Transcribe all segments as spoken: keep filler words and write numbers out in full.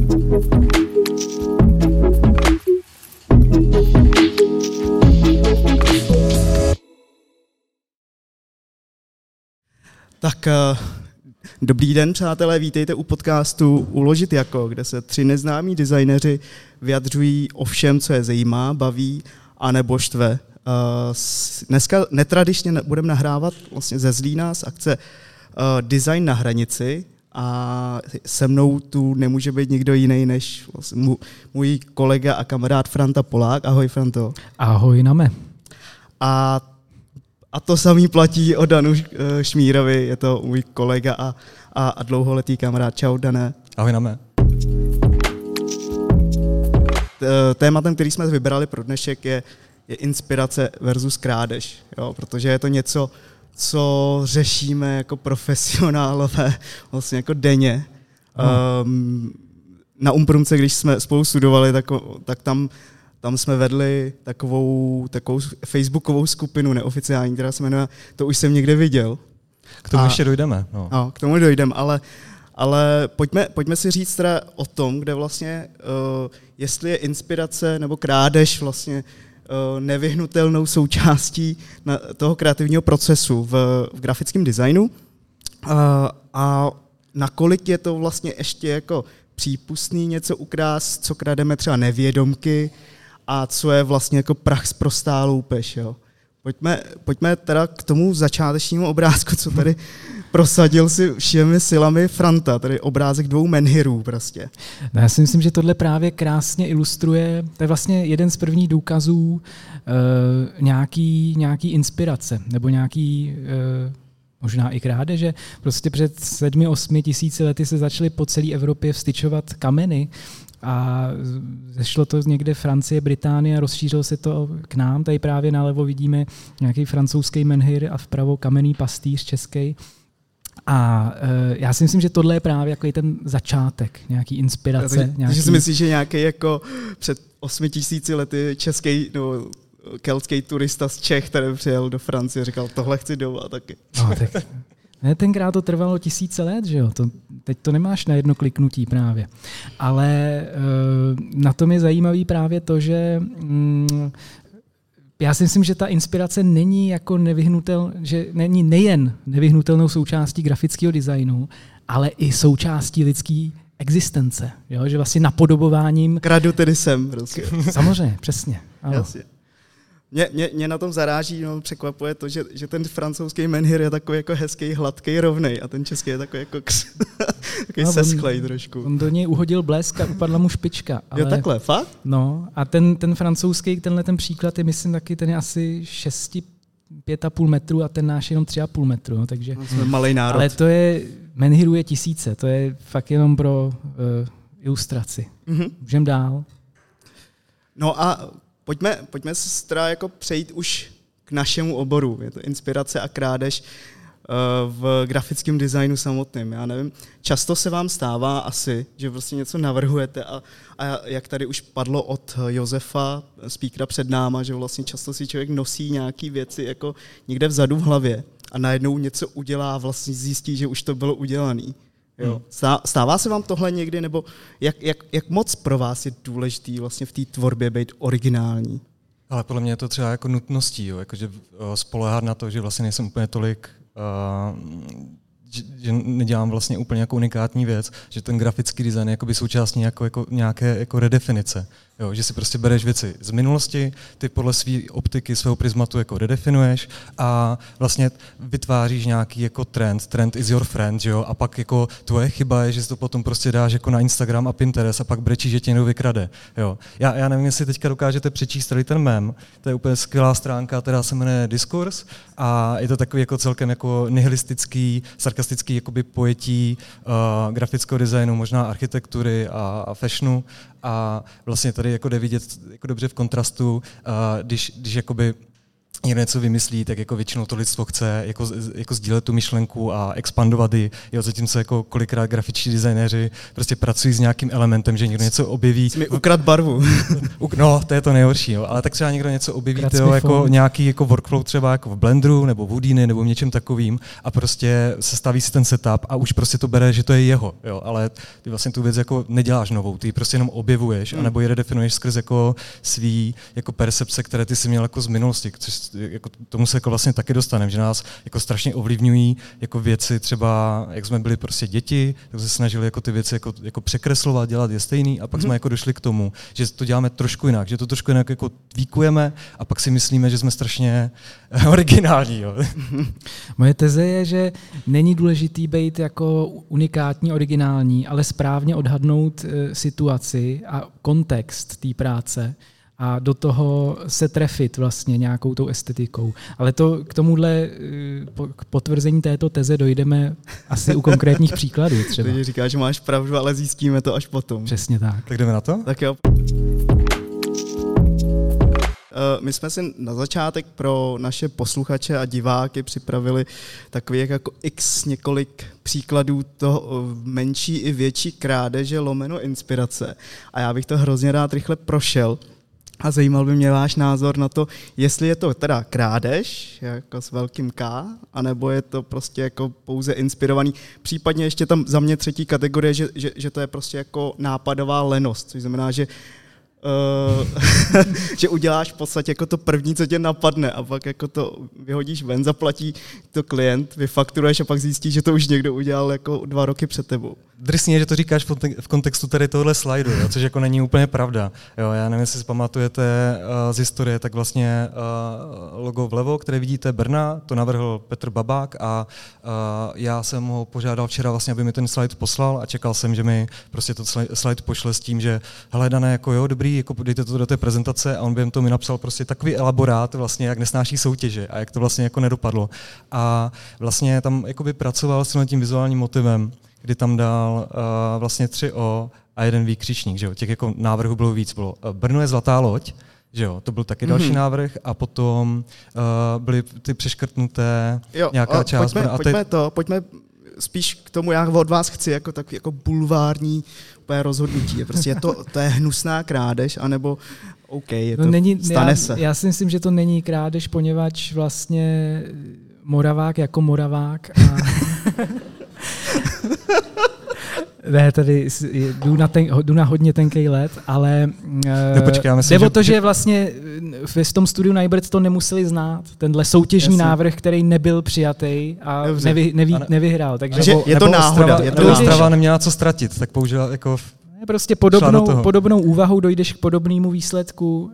Tak dobrý den, přátelé, vítejte u podcastu Uložit jako, kde se tři neznámí designéři vyjadřují o všem, co je zajímá, baví a nebo štve. Dneska netradičně budeme nahrávat vlastně ze Zlína z akce Design na hranici a se mnou tu nemůže být nikdo jiný než vlastně můj kolega a kamarád Franta Polák. Ahoj, Franto. Ahoj, Name. A A to samý platí o Danu Šmírovi, je to můj kolega a, a, a dlouholetý kamarád. Čau, Dané. Ahoj, Name. Tématem, který jsme vybrali pro dnešek, je, je inspirace versus krádež, jo, protože je to něco, co řešíme jako profesionálové vlastně jako denně. Hmm. Um, na Umprumce, když jsme spolu studovali, tak, tak tam Tam jsme vedli takovou, takovou facebookovou skupinu neoficiální, která se jmenuje To už jsem někde viděl. K tomu a, ještě dojdeme. No. No, k tomu dojdeme, ale, ale pojďme, pojďme si říct teda o tom, kde vlastně, uh, jestli je inspirace nebo krádež vlastně uh, nevyhnutelnou součástí na, toho kreativního procesu v, v grafickém designu uh, a nakolik je to vlastně ještě jako přípustný něco ukrást, co krademe třeba nevědomky, a co je vlastně jako prach z prostá loupež. Jo. Pojďme, pojďme teda k tomu začátečnímu obrázku, co tady prosadil si všemi silami Franta, tady obrázek dvou menhirů prostě. No, já si myslím, že tohle právě krásně ilustruje, to je vlastně jeden z prvních důkazů uh, nějaký, nějaký inspirace, nebo nějaký uh, možná i krádeže. Prostě před sedmi, osmi tisíci lety se začaly po celé Evropě vstyčovat kameny, a zešlo to někde Francie, Británie, rozšířilo se to k nám. Tady právě nalevo vidíme nějaký francouzský menhir a vpravo kamenný pastýř český. A e, já si myslím, že tohle je právě jako ten začátek, nějaký inspirace. Takže nějaký... si myslíš, že nějaký jako před osmi tisíci lety český, no, keltský turista z Čech, který přijel do Francie, říkal, tohle chci doma taky. No, tak... Ne, tenkrát to trvalo tisíce let, že jo? To, teď to nemáš na jedno kliknutí právě. Ale e, na tom je zajímavý právě to, že mm, já si myslím, že ta inspirace není jako nevyhnutel, že není nejen nevyhnutelnou součástí grafického designu, ale i součástí lidské existence. Jo? Že vlastně napodobováním... Kradu tedy sem prostě. Samozřejmě, přesně. Ano. Jasně. Mě, mě, mě na tom zaráží, no, překvapuje to, že, že ten francouzský menhir je takový jako hezký, hladký, rovnej a ten český je takový jako kř, takový no, seschlej trošku. On do něj uhodil blesk a upadla mu špička. Ale, jo, takhle, fakt? No a ten, ten francouzský, tenhle ten příklad je, myslím, taky ten je asi šesti, pět a půl metru a ten náš jenom tři a půl metru. No, takže, no, jsme malej národ. Ale to je, menhirů je tisíce, to je fakt jenom pro uh, ilustraci. Mm-hmm. Můžeme dál. No a Pojďme, pojďme se teda jako přejít už k našemu oboru. Je to inspirace a krádež uh, v grafickém designu samotném. Já nevím, často se vám stává asi, že prostě něco navrhujete a, a jak tady už padlo od Josefa, speakera před náma, že vlastně často si člověk nosí nějaké věci jako někde vzadu v hlavě a najednou něco udělá a vlastně zjistí, že už to bylo udělané. Jo. Stává se vám tohle někdy, nebo jak, jak, jak moc pro vás je důležitý vlastně v té tvorbě být originální? Ale podle mě je to třeba jako nutností, jo, jakože spoléhat na to, že vlastně nejsem úplně tolik, uh, že, že nedělám vlastně úplně jako unikátní věc, že ten grafický design je jakoby součástí jako, jako nějaké jako redefinice. Jo, že si prostě bereš věci z minulosti, ty podle své optiky, svého prismatu jako redefinuješ a vlastně vytváříš nějaký jako trend, trend is your friend, jo, a pak jako tvoje chyba je, že si to potom prostě dáš jako na Instagram a Pinterest a pak brečí, že tě někdo vykrade. Jo. Já, já nevím, jestli teďka dokážete přečíst tady ten mem, to je úplně skvělá stránka, která se jmenuje Diskurs a je to takový jako celkem jako nihilistický, sarkastický jakoby pojetí uh, grafického designu, možná architektury a, a fashionu. A vlastně tady jako jde vidět jako dobře v kontrastu, uh, když, když jakoby někdo něco vymyslí, tak jako většinou to lidstvo chce jako, jako sdílet tu myšlenku a expandovat ji. Jo, zatímco jako kolikrát grafičtí designéři prostě pracují s nějakým elementem, že někdo něco objeví. Mi ukrad barvu. No, to je to nejhorší, jo. Ale tak třeba někdo něco objeví, tyjo, jako nějaký jako workflow třeba jako v Blenderu nebo v Houdini nebo v něčem takovým a prostě se staví si ten setup a už prostě to bere, že to je jeho, jo. Ale ty vlastně tu věc jako neděláš novou, ty ji prostě jenom objevuješ, hmm. anebo ji redefinuješ skrz jako svý jako percepce, které ty jsi měl jako z minulosti, což jako tomu se jako vlastně taky dostaneme, že nás jako strašně ovlivňují jako věci, třeba jak jsme byli prostě děti, tak se snažili jako ty věci jako, jako překreslovat, dělat je stejný a pak mm-hmm. jsme jako došli k tomu, že to děláme trošku jinak, že to trošku jinak jako tweakujeme a pak si myslíme, že jsme strašně originální. Jo. Moje teze je, že není důležitý být jako unikátní, originální, ale správně odhadnout e, situaci a kontext té práce a do toho se trefit vlastně nějakou tou estetikou. Ale to k tomuhle k potvrzení této teze dojdeme asi u konkrétních příkladů třeba. Takže říkáš, že máš pravdu, ale zjistíme to až potom. Přesně tak. Tak jdeme na to? Tak jo. My jsme si na začátek pro naše posluchače a diváky připravili takových jako x několik příkladů toho menší i větší krádeže lomeno inspirace. A já bych to hrozně rád rychle prošel. A zajímal by mě váš názor na to, jestli je to teda krádež, jako s velkým K, anebo je to prostě jako pouze inspirovaný. Případně ještě tam za mě třetí kategorie, že, že, že to je prostě jako nápadová lenost, což znamená, že Uh, že uděláš v podstatě jako to první, co tě napadne a pak jako to vyhodíš ven, zaplatí to klient, vyfakturuješ a pak zjistíš, že to už někdo udělal jako dva roky před tebou. Drsně, že to říkáš v kontextu tady tohle slajdu, jo, což jako není úplně pravda. Jo, já nevím, jestli si pamatujete uh, z historie, tak vlastně uh, logo vlevo, které vidíte Brna, to navrhl Petr Babák a uh, já jsem ho požádal včera vlastně, aby mi ten slide poslal a čekal jsem, že mi prostě to slide pošle s tím, že hele, Dané, jako jo, dobrý, jako dejte to do té prezentace a on během toho mi napsal prostě takový elaborát, vlastně, jak nesnáší soutěže a jak to vlastně jako nedopadlo. A vlastně tam jakoby pracoval s tím vizuálním motivem, kdy tam dal uh, vlastně tři O a jeden výkřičník, že jo. Těch jako návrhů bylo víc. Bylo uh, Brno je zlatá loď, že jo, to byl taky mm-hmm. další návrh a potom uh, byly ty přeškrtnuté jo, nějaká část. Pojďme, a pojďme to, pojďme spíš k tomu, já od vás chci jako takový jako bulvární úplně rozhodnutí. Je prostě je to, to je hnusná krádež, anebo OK, je to, no není, stane já, se. Já si myslím, že to není krádež, poněvadž vlastně Moravák jako Moravák a ne, tady jdu na, ten, jdu na hodně tenkej let, ale no, počkej, myslím, jde o že, to, že, že že vlastně v tom studiu Najbrd to nemuseli znát, tenhle soutěžní Jasně. návrh, který nebyl přijatý a nevy, neví, ne, nevyhrál. Takže nebo, je to náhoda. Ostrava, je to nebo náhoda. Ostrava neměla co ztratit, tak použila jako... Prostě podobnou, podobnou úvahou dojdeš k podobnému výsledku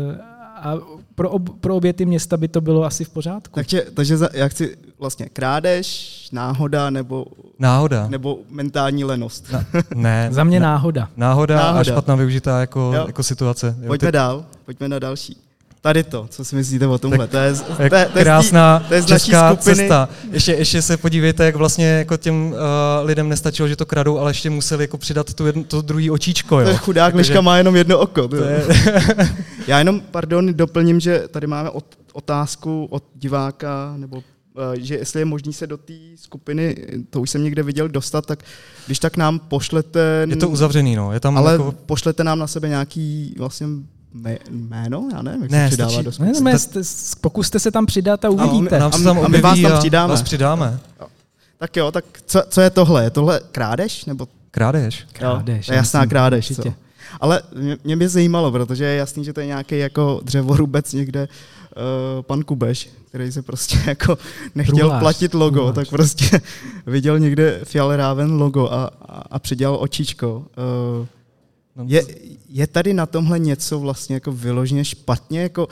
a pro, ob, pro obě ty města by to bylo asi v pořádku. Takže, takže za, já chci vlastně krádež, náhoda nebo, náhoda. nebo mentální lenost. Na, ne. Za mě ne, náhoda. náhoda. Náhoda a špatná využitá jako, jako situace. Jo, pojďme ty... dál, pojďme na další. Tady to, co si myslíte o tomhle? To je, to je, to je krásná to je z česká cesta. Ještě, ještě se podívejte, jak vlastně jako těm uh, lidem nestačilo, že to kradou, ale ještě museli jako přidat tu jedno, to druhý očíčko. Jo. To je chudák, Liška Takže... má jenom jedno oko. To je... Já jenom, pardon, doplním, že tady máme otázku od diváka, nebo že jestli je možný se do té skupiny, to už jsem někde viděl, dostat, tak když tak nám pošlete... Je to uzavřený, no. Je tam ale jako... pošlete nám na sebe nějaký vlastně jméno? Já nevím, jak ne, se přidává stačí... do skupiny. Ne, ne, pokuste se tam přidat a uvidíte. A, nám se tam a my vás tam přidáme. Vás přidáme. Jo. Tak jo, tak co, co je tohle? Je tohle krádež? Nebo... Krádež. Krádež. To je jasná krádež, co? Ale mě, mě by zajímalo, protože je jasný, že to je nějaký jako dřevorubec někde, uh, pan Kubeš, který se prostě jako nechtěl Truhlář. platit logo, Truhlář. tak prostě viděl někde Fjallraven logo a, a, a přidělal očičko. Uh, je, je tady na tomhle něco vlastně jako vyloženě špatně? Jako,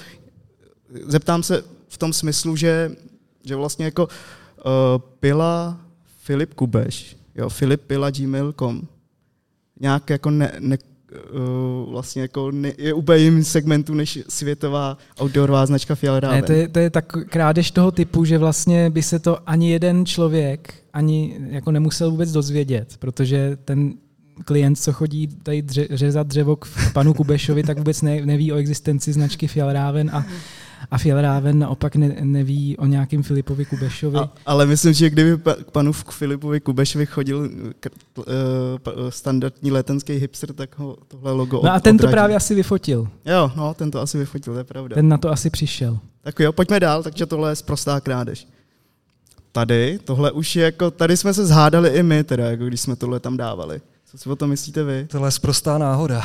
zeptám se v tom smyslu, že, že vlastně jako uh, Pila Filip Kubeš, jo, Filip Pila gmail tečka com, nějak jako ne, ne Uh, vlastně jako ne, je úplně jiným segmentu než světová outdoorová značka Fjallraven. Ne, to je, to je tak krádež toho typu, že vlastně by se to ani jeden člověk ani jako nemusel vůbec dozvědět, protože ten klient, co chodí tady dře, řezat dřevo k panu Kubešovi, tak vůbec ne, neví o existenci značky Fjallraven a A Fjällräven naopak ne, neví o nějakém Filipovi Kubešovi. A, ale myslím, že kdyby pa, k panu Filipovi Kubešovi chodil k, uh, standardní letenský hipster, tak ho tohle logo No a ten to právě asi vyfotil. Jo, no, ten to asi vyfotil, to je pravda. Ten na to asi přišel. Tak jo, pojďme dál, takže tohle je sprostá krádež. Tady, tohle už je jako, tady jsme se zhádali i my, teda, jako když jsme tohle tam dávali. Co si o tom myslíte vy? Tohle je sprostá náhoda.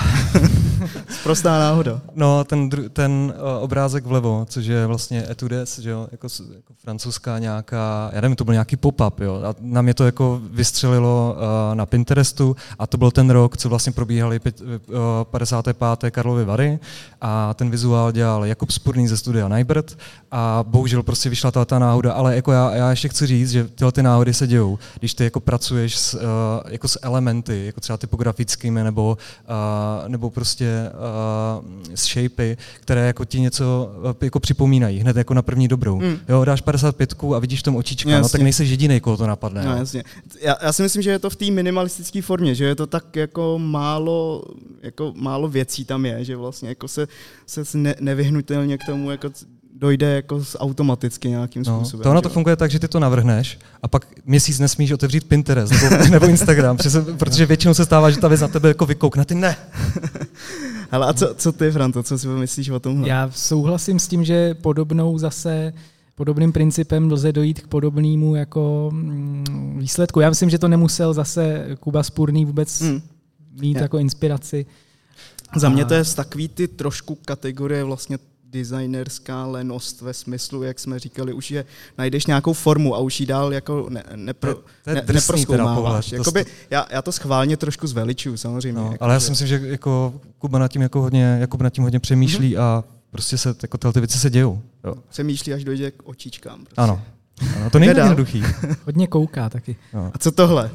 Sprostá náhoda. No, ten, ten uh, obrázek vlevo, což je vlastně Etudes, že jo, jako, jako francouzská nějaká, já nevím, to byl nějaký pop-up, jo, a na mě to jako vystřelilo uh, na Pinterestu a to byl ten rok, co vlastně probíhaly pět, uh, padesáté páté Karlovy Vary a ten vizuál dělal Jakub Spurný ze studia Nybert a bohužel prostě vyšla ta, ta náhoda, ale jako já, já ještě chci říct, že tyhle ty náhody se dějou, když ty jako pracuješ s, uh, jako s elementy, jako třeba typografickými nebo, uh, nebo prostě uh, s shapey, které jako ti něco uh, jako připomínají, hned jako na první dobrou. Mm. Jo, dáš padesát pět a vidíš v tom očička, jasně. No tak nejsi jedinej, koho to napadne. No, jasně. Já, já si myslím, že je to v té minimalistické formě, že je to tak jako málo, jako málo věcí tam je, že vlastně jako se, se ne, nevyhnutelně k tomu jako dojde jako automaticky nějakým no, způsobem. To ono to funguje tak, že ty to navrhneš a pak měsíc nesmíš otevřít Pinterest nebo, nebo Instagram, protože většinou se stává, že ta věc na tebe jako vykoukne, ty ne. Hele, a co, co ty, Franto, co si myslíš o tomhle? Já souhlasím s tím, že podobnou zase, podobným principem lze dojít k podobnému jako mm, výsledku. Já myslím, že to nemusel zase Kuba Spurný vůbec mm. mít Je. jako inspiraci. Za mě to je z takový ty trošku kategorie vlastně designerská lenost ve smyslu, jak jsme říkali, už je najdeš nějakou formu a už ji dál jako ne, nepro, ne, neprozkoumáváš. Jakoby, já, já to schválně trošku zveličuju, samozřejmě. No, jako, ale já si myslím, že jako Kuba nad tím jako hodně, Jakub nad tím hodně přemýšlí mm-hmm. a prostě se jako tyhle ty věci se dějou. Jo. Přemýšlí, až dojde k očičkám. Prostě. Ano. ano. To není jednoduchý. Hodně kouká taky. No. A co tohle?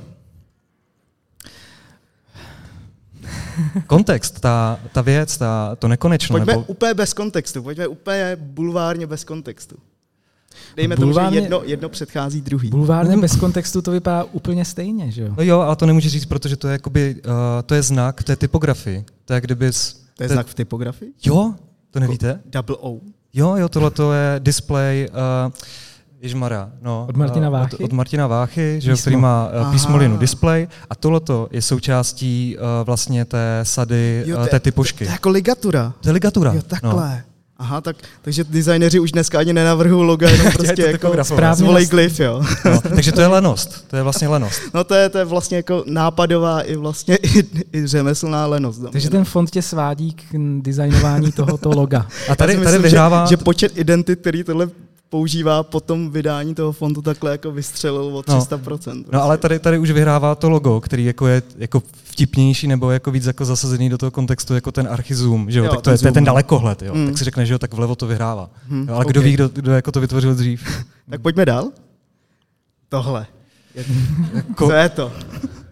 Kontext, ta, ta věc, ta, to nekonečno. Pojďme nebo... úplně bez kontextu, pojďme úplně bulvárně bez kontextu. Dejme tomu, že jedno, jedno předchází druhý. Bulvárně bez kontextu to vypadá úplně stejně, že jo? No jo, ale to nemůžeš říct, protože to je jakoby, uh, to je znak, to je typografii. To je kdybys... To je znak v typografii? Jo, to nevíte? Double O. Jo, jo, tohle to je display... Uh, Ježmara, no. Od Martina Váchy? Od, od Martina Váchy, že, který má uh, písmolinu display a tohleto je součástí uh, vlastně té sady, jo, uh, té typošky. To je jako ligatura. To je ligatura. Jo, takhle. No. Aha, tak, takže designéři už dneska ani nenavrhují loga, jenom prostě jako zvolej glyf, jo. No, takže to je lenost, to je vlastně lenost. No to je, to je vlastně jako nápadová i vlastně i, i řemeslná lenost. Takže ten font tě svádí k designování tohoto loga. A tady, myslím, tady vyhrává... Že, že počet identit, který tohle používá po tom vydání toho fontu, takhle jako vystřelil o tři sta procent. No, prostě. no ale tady, tady už vyhrává to logo, který jako je jako vtipnější nebo jako víc jako zasazený do toho kontextu jako ten archizoom, že jo? jo tak to je, to je ten dalekohled, jo? Mm. Tak si řekne, že jo, tak vlevo to vyhrává. Mm, jo, ale okay. Kdo ví, kdo, kdo jako to vytvořil dřív? Tak pojďme dál. Tohle. Ko- Co je to?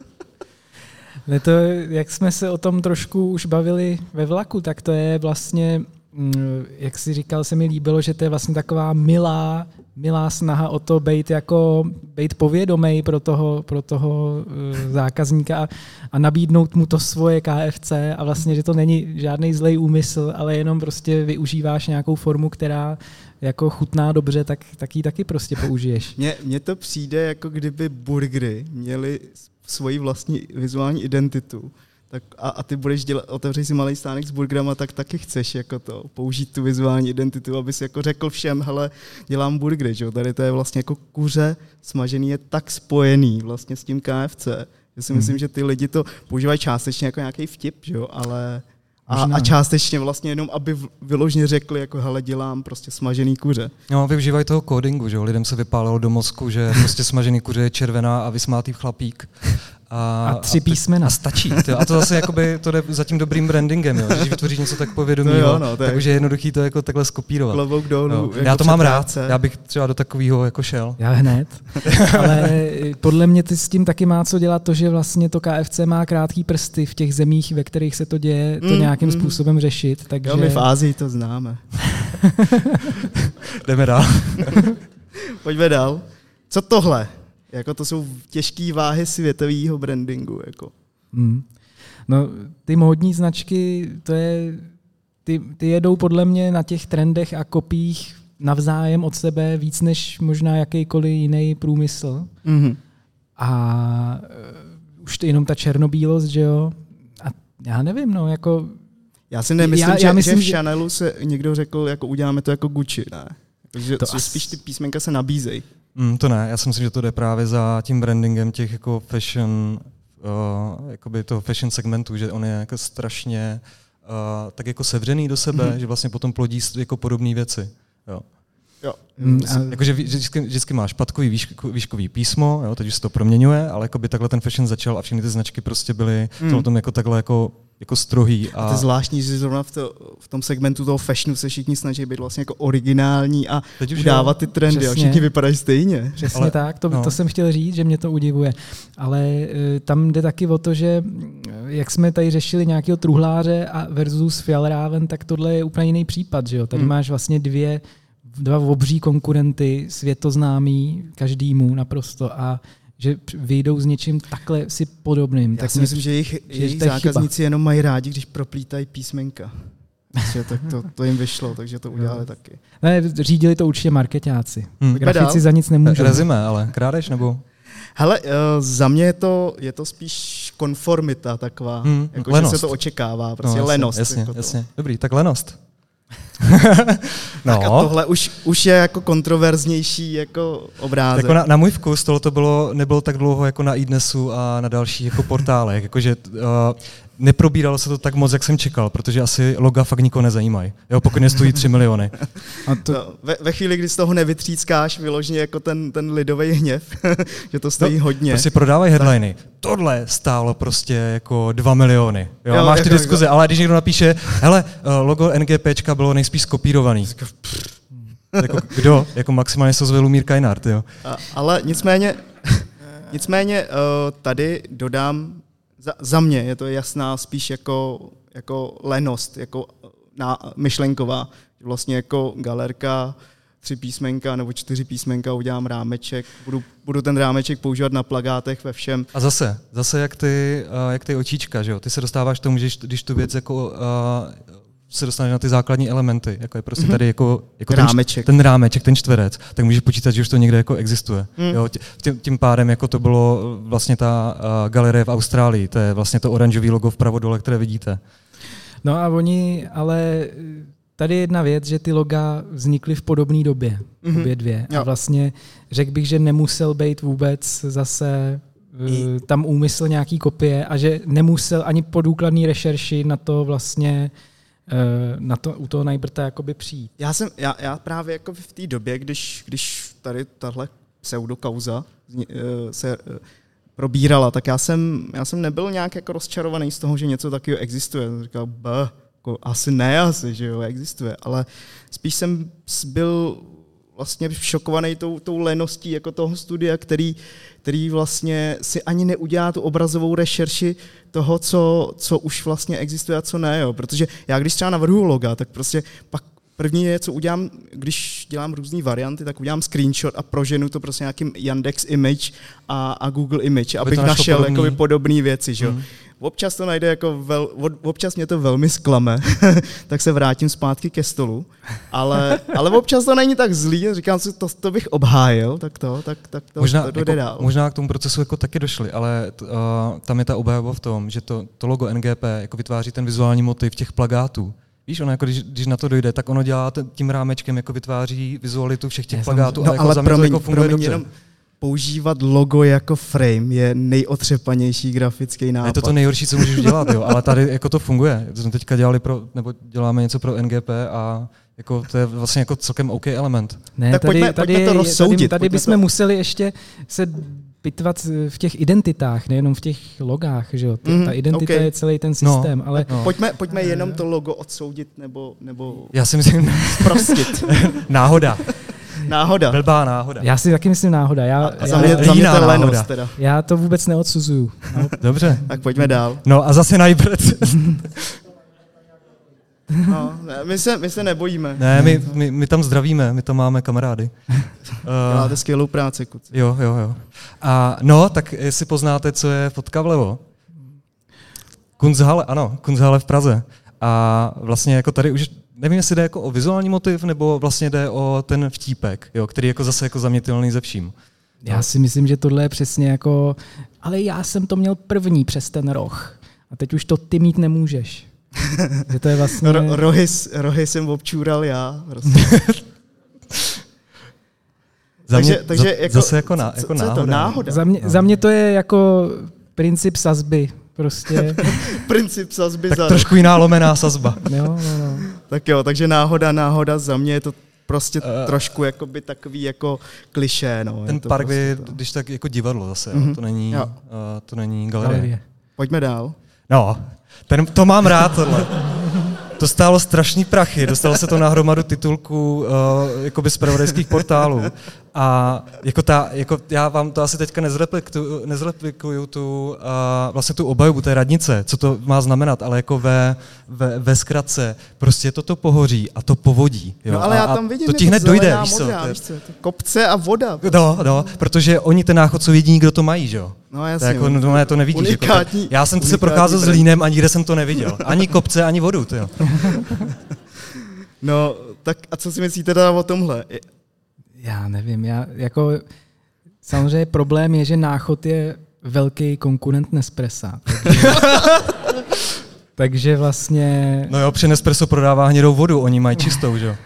Ne to, jak jsme se o tom trošku už bavili ve vlaku, tak to je vlastně, jak jsi říkal, se mi líbilo, že to je vlastně taková milá, milá snaha o to být jako být povědomej pro toho, pro toho zákazníka a, a nabídnout mu to svoje K F C a vlastně, že to není žádný zlej úmysl, ale jenom prostě využíváš nějakou formu, která jako chutná dobře, tak, tak ji taky prostě použiješ. Mně to přijde, jako kdyby burgery měly svoji vlastní vizuální identitu. Tak a, a ty budeš dělat, otevřeš si malý stánek s burgerama, tak taky chceš jako to, použít tu vizuální identitu, abys jako řekl všem, hele, dělám burgery, že jo, tady to je vlastně jako kuře smažený je tak spojený vlastně s tím K F C. Já si hmm. myslím, že ty lidi to používají částečně jako nějaký vtip, že jo, ale a, a částečně vlastně jenom, aby vyloženě řekli, jako hele, dělám prostě smažený kuře. No, využívají toho codingu, že jo, lidem se vypálilo do mozku, že prostě smažený kuře je červená a vysmátý chlapík. A, a tři písmena. A stačí. Tyjo. A to zase jakoby, to jde za tím dobrým brandingem. Jo. Když vytvoříš něco tak povědomího, no, tak už je jednoduchý to jako takhle skopírovat. Klobouk dolů. No. Jako já to mám rád. Já bych třeba do takového jako šel. Já hned. Ale podle mě ty s tím taky má co dělat to, že vlastně to K F C má krátký prsty v těch zemích, ve kterých se to děje, to mm, nějakým mm. způsobem řešit. Takže... Jo, my v Ázii to známe. Jdeme dál. Pojďme dál. Co tohle? Jako to jsou těžké váhy světového brandingu. Jako. Hmm. No, ty módní značky, to je ty, ty jedou podle mě na těch trendech a kopích navzájem od sebe víc než možná jakýkoliv jiný průmysl. Mm-hmm. A uh, už to jenom ta černobílost, že jo? A já nevím, no, jako... Já si nemyslím, já, že, já myslím, že v Chanelu se někdo řekl, jako uděláme to jako Gucci, ne? Že, to že as... spíš ty písmenka se nabízejí. Mm, to ne, já si myslím, že to jde právě za tím brandingem těch jako fashion, uh, jakoby toho fashion segmentu, že on je jako strašně uh, tak jako sevřený do sebe, mm-hmm. že vlastně potom plodí jako podobné věci. Jo. Jo. Mm, a... Jakože vždycky, vždycky máš špatkový výško, výškový písmo, jo, teď už se to proměňuje, ale jako by takhle ten fashion začal a všechny ty značky prostě byly mm. tom jako takhle jako, jako strohý. A... a to je zvláštní, že zrovna v, to, v tom segmentu toho fashionu se všichni snaží být vlastně jako originální a udávat ty trendy přesně. A všichni vypadají stejně. Přesně ale, tak, to, no. to jsem chtěl říct, že mě to udivuje. Ale uh, tam jde taky o to, že jak jsme tady řešili nějakého truhláře a versus Fjallraven, tak tohle je úplně jiný případ, že jo? Tady mm. máš vlastně dvě dva obří konkurenty, světoznámý každému naprosto a že vyjdou s něčím takhle si podobným. Já tak si myslím, že jejich, že jejich zákazníci chyba. Jenom mají rádi, když proplítají písmenka. tak to, to jim vyšlo, takže to udělali taky. Ne, řídili to určitě marketáci. Hmm. Grafici za nic nemůžou. Rezime, ale krádeš nebo? Hele, za mě je to, je to spíš konformita taková, hmm, jako, že se to očekává, prostě no, jasně, lenost. Jasně, jako jasně. Dobrý, tak lenost. no. Tak a tohle už, už je jako kontroverznější jako obrázek. Jako na, na můj vkus tohle to bylo, nebylo tak dlouho jako na iDnesu a na dalších jako portálech. Jakože, uh, neprobíralo se to tak moc, jak jsem čekal, protože asi loga fakt nikoho nezajímají. Jo, pokud nestojí tři miliony. A to... no, ve, ve chvíli, kdy z toho nevytřískáš vyloženě jako ten, ten lidový hněv, že to stojí no, hodně. Prostě prodávají headliny. Tak. Tohle stálo prostě jako dva miliony. Jo, jo, máš ty jako diskuze, jako... ale když někdo napíše, hele, logo NGPčka bylo nejspíš skopírovaný. Jako kdo? Jako maximálně se ozve Lumír Kajnart, jo. A, ale nicméně, nicméně tady dodám, za, za mě je to jasná spíš jako, jako lenost, jako na, myšlenková. Vlastně jako galerka, tři písmenka nebo čtyři písmenka, udělám rámeček, budu, budu ten rámeček používat na plakátech ve všem. A zase, zase jak ty, jak ty očíčka, že jo? Ty se dostáváš k tomu, že když tu věc jako uh, se dostaneš na ty základní elementy, jako je prostě mm-hmm. tady jako, jako rámeček. Ten, ten rámeček, ten čtverec, tak můžeš počítat, že už to někde jako existuje. Mm. Jo? Tím, tím pádem jako to bylo vlastně ta uh, galerie v Austrálii, to je vlastně to oranžový logo vpravo dole, které vidíte. No a oni, ale tady je jedna věc, že ty loga vznikly v podobné době, mm-hmm. obě dvě. Jo. A vlastně řekl bych, že nemusel být vůbec zase I... tam úmysl nějaký kopie a že nemusel ani po důkladné rešerši na to vlastně na to, u toho Najbrta jakoby přijít. Já jsem, já, já právě jako v té době, když, když tady tahle pseudokauza se probírala, tak já jsem, já jsem nebyl nějak jako rozčarovaný z toho, že něco takového existuje. Jsem říkal, bah, jako asi ne asi, že jo, existuje, ale spíš jsem byl vlastně šokovaný tou, tou leností jako toho studia, který, který vlastně si ani neudělá tu obrazovou rešerši toho, co, co už vlastně existuje a co ne, jo. Protože já když třeba navrhuji loga, tak prostě pak první je, co udělám, když dělám různé varianty, tak udělám screenshot a proženu to prostě nějakým Yandex Image a, a Google Image, abych našel jakoby podobné věci, že jo. Mm. Občas to najde jako, vel, občas mě to velmi zklame, tak se vrátím zpátky ke stolu, ale, ale občas to není tak zlý, říkám si, to, to bych obhájil, tak to, tak, tak to, možná, to dojde jako, dál. Možná k tomu procesu jako taky došli, ale uh, tam je ta obhajoba v tom, že to, to logo N G P jako vytváří ten vizuální motiv těch plakátů. Víš, ono jako když, když na to dojde, tak ono dělá tím rámečkem, jako vytváří vizualitu všech těch plakátů, no, ale, ale jako promiň, jako funguje promiň, jenom používat logo jako frame je nejotřepanější grafický nápad. Je to to nejhorší, co můžeš dělat, jo, ale tady jako to funguje. Jsme teďka dělali pro, nebo děláme něco pro N G P a jako to je vlastně jako celkem OK element. Ne, tak tady, pojďme, tady, pojďme to rozsoudit. Tady, tady bychom to... museli ještě se pitvat v těch identitách, nejenom v těch logách, že jo. Mm, ta identita okay. je celý ten systém, no, ale... No. Pojďme, pojďme jenom to logo odsoudit nebo... nebo Já si myslím... Prostit. Náhoda. Náhoda. Blbá náhoda. Já si taky myslím náhoda. Já, a za mě, já, za mě to lenost teda. Já to vůbec neodsuzuju. No, dobře. Tak pojďme dál. No a zase Najbrt. No, ne, my, se, my se nebojíme. Ne, my, my, my tam zdravíme, my tam máme kamarády. Děláte uh, skvělou práci, kuci. Jo, jo, jo. A no, tak jestli poznáte, co je fotka vlevo. Kunsthalle, ano, Kunsthalle v Praze. A vlastně jako tady už nevím, jestli jde jako o vizuální motiv, nebo vlastně jde o ten vtípek, jo, který je jako zase jako zaměnitelný ze vším. Já si myslím, že tohle je přesně jako, ale já jsem to měl první přes ten roh. A teď už to ty mít nemůžeš. Že to je vlastně... Ro- rohy, rohy jsem občůral já. Prostě. Za mě, takže, takže za, jako, zase jako, ná, co, jako co náhoda. je to? Náhoda. Za mě, no. za mě to je jako princip sazby. Prostě. Princip sazby Tak za trošku jiná lomená sazba. Jo, no, no. Tak jo, takže náhoda, náhoda, za mě je to prostě uh, Uh, trošku jakoby takový jako klišé. No. Ten je to park prostě je, to. když tak jako divadlo zase, Mhm. jo. To není, Jo. uh, to není galerie. Galerie. Pojďme dál. No, ten, to mám rád tohle. To stálo strašný prachy, dostalo se to na hromadu titulků uh, jakoby z zpravodajských portálů. A jako ta, jako já vám to asi teďka nezreplikuju, nezreplikuju tu, uh, vlastně tu obhajobu té radnice, co to má znamenat, ale jako ve, ve, ve zkratce, prostě toto pohoří a to povodí. Jo? No ale a, já tam vidím, to ti je hned to dojde, zelená, víš co? modrá, To je- víš co? To kopce a voda. No, no, protože oni ten náchod jsou jediní, kdo to mají, že jo? No To jasně. jako, no, ne, to nevidíš. Jako, Unikátní- to, já jsem se unikátní procházel s brand. Línem a nikde jsem to neviděl. Ani kopce, ani vodu. Tyjo. No, tak a co si myslíte teda o tomhle? Je- Já nevím, já jako samozřejmě problém je, že Náchod je velký konkurent Nespressa. Takže, takže vlastně... No jo, při Nespresso prodává hnědou vodu, oni mají čistou, že jo?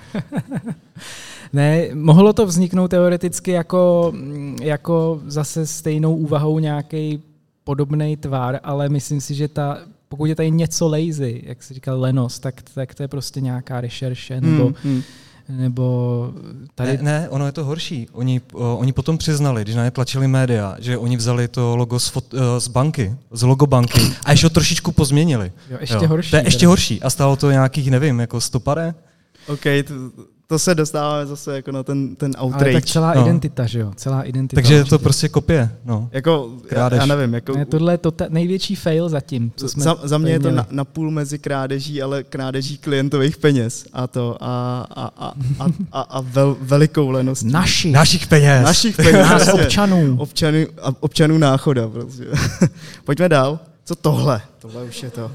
Ne, mohlo to vzniknout teoreticky jako, jako zase stejnou úvahou nějaký podobný tvar, ale myslím si, že ta, pokud je tady něco lazy, jak se říkal lenost, tak, tak to je prostě nějaká rešerše, nebo, Hmm, hmm. nebo tady... Ne, ne, ono je to horší. Oni, o, oni potom přiznali, když na ně tlačili média, že oni vzali to logo z, fot, z banky, z logo banky a ještě ho trošičku pozměnili. Jo, ještě horší. To je ještě teda. horší a stálo to nějakých, nevím, jako sto pare? OK, to, to se dostáváme zase jako na ten, ten Ale outrage. tak celá No. identita, že jo? Celá identita. Takže je to určitě. prostě kopie. No. Jako, já, Krádež. já nevím, jako... Ne, tohle je to ta, největší fail zatím, co jsme za, za mě tady je to měli. na, na půl mezi krádeží, ale krádeží klientových peněz a to a, a, a, a, a, a vel, velikou leností. Naši, Našich peněz. Našich peněz. nás prostě. občanů. Občanů, a občanů Náchoda. Prostě. Pojďme dál. Co tohle? Tohle už je to.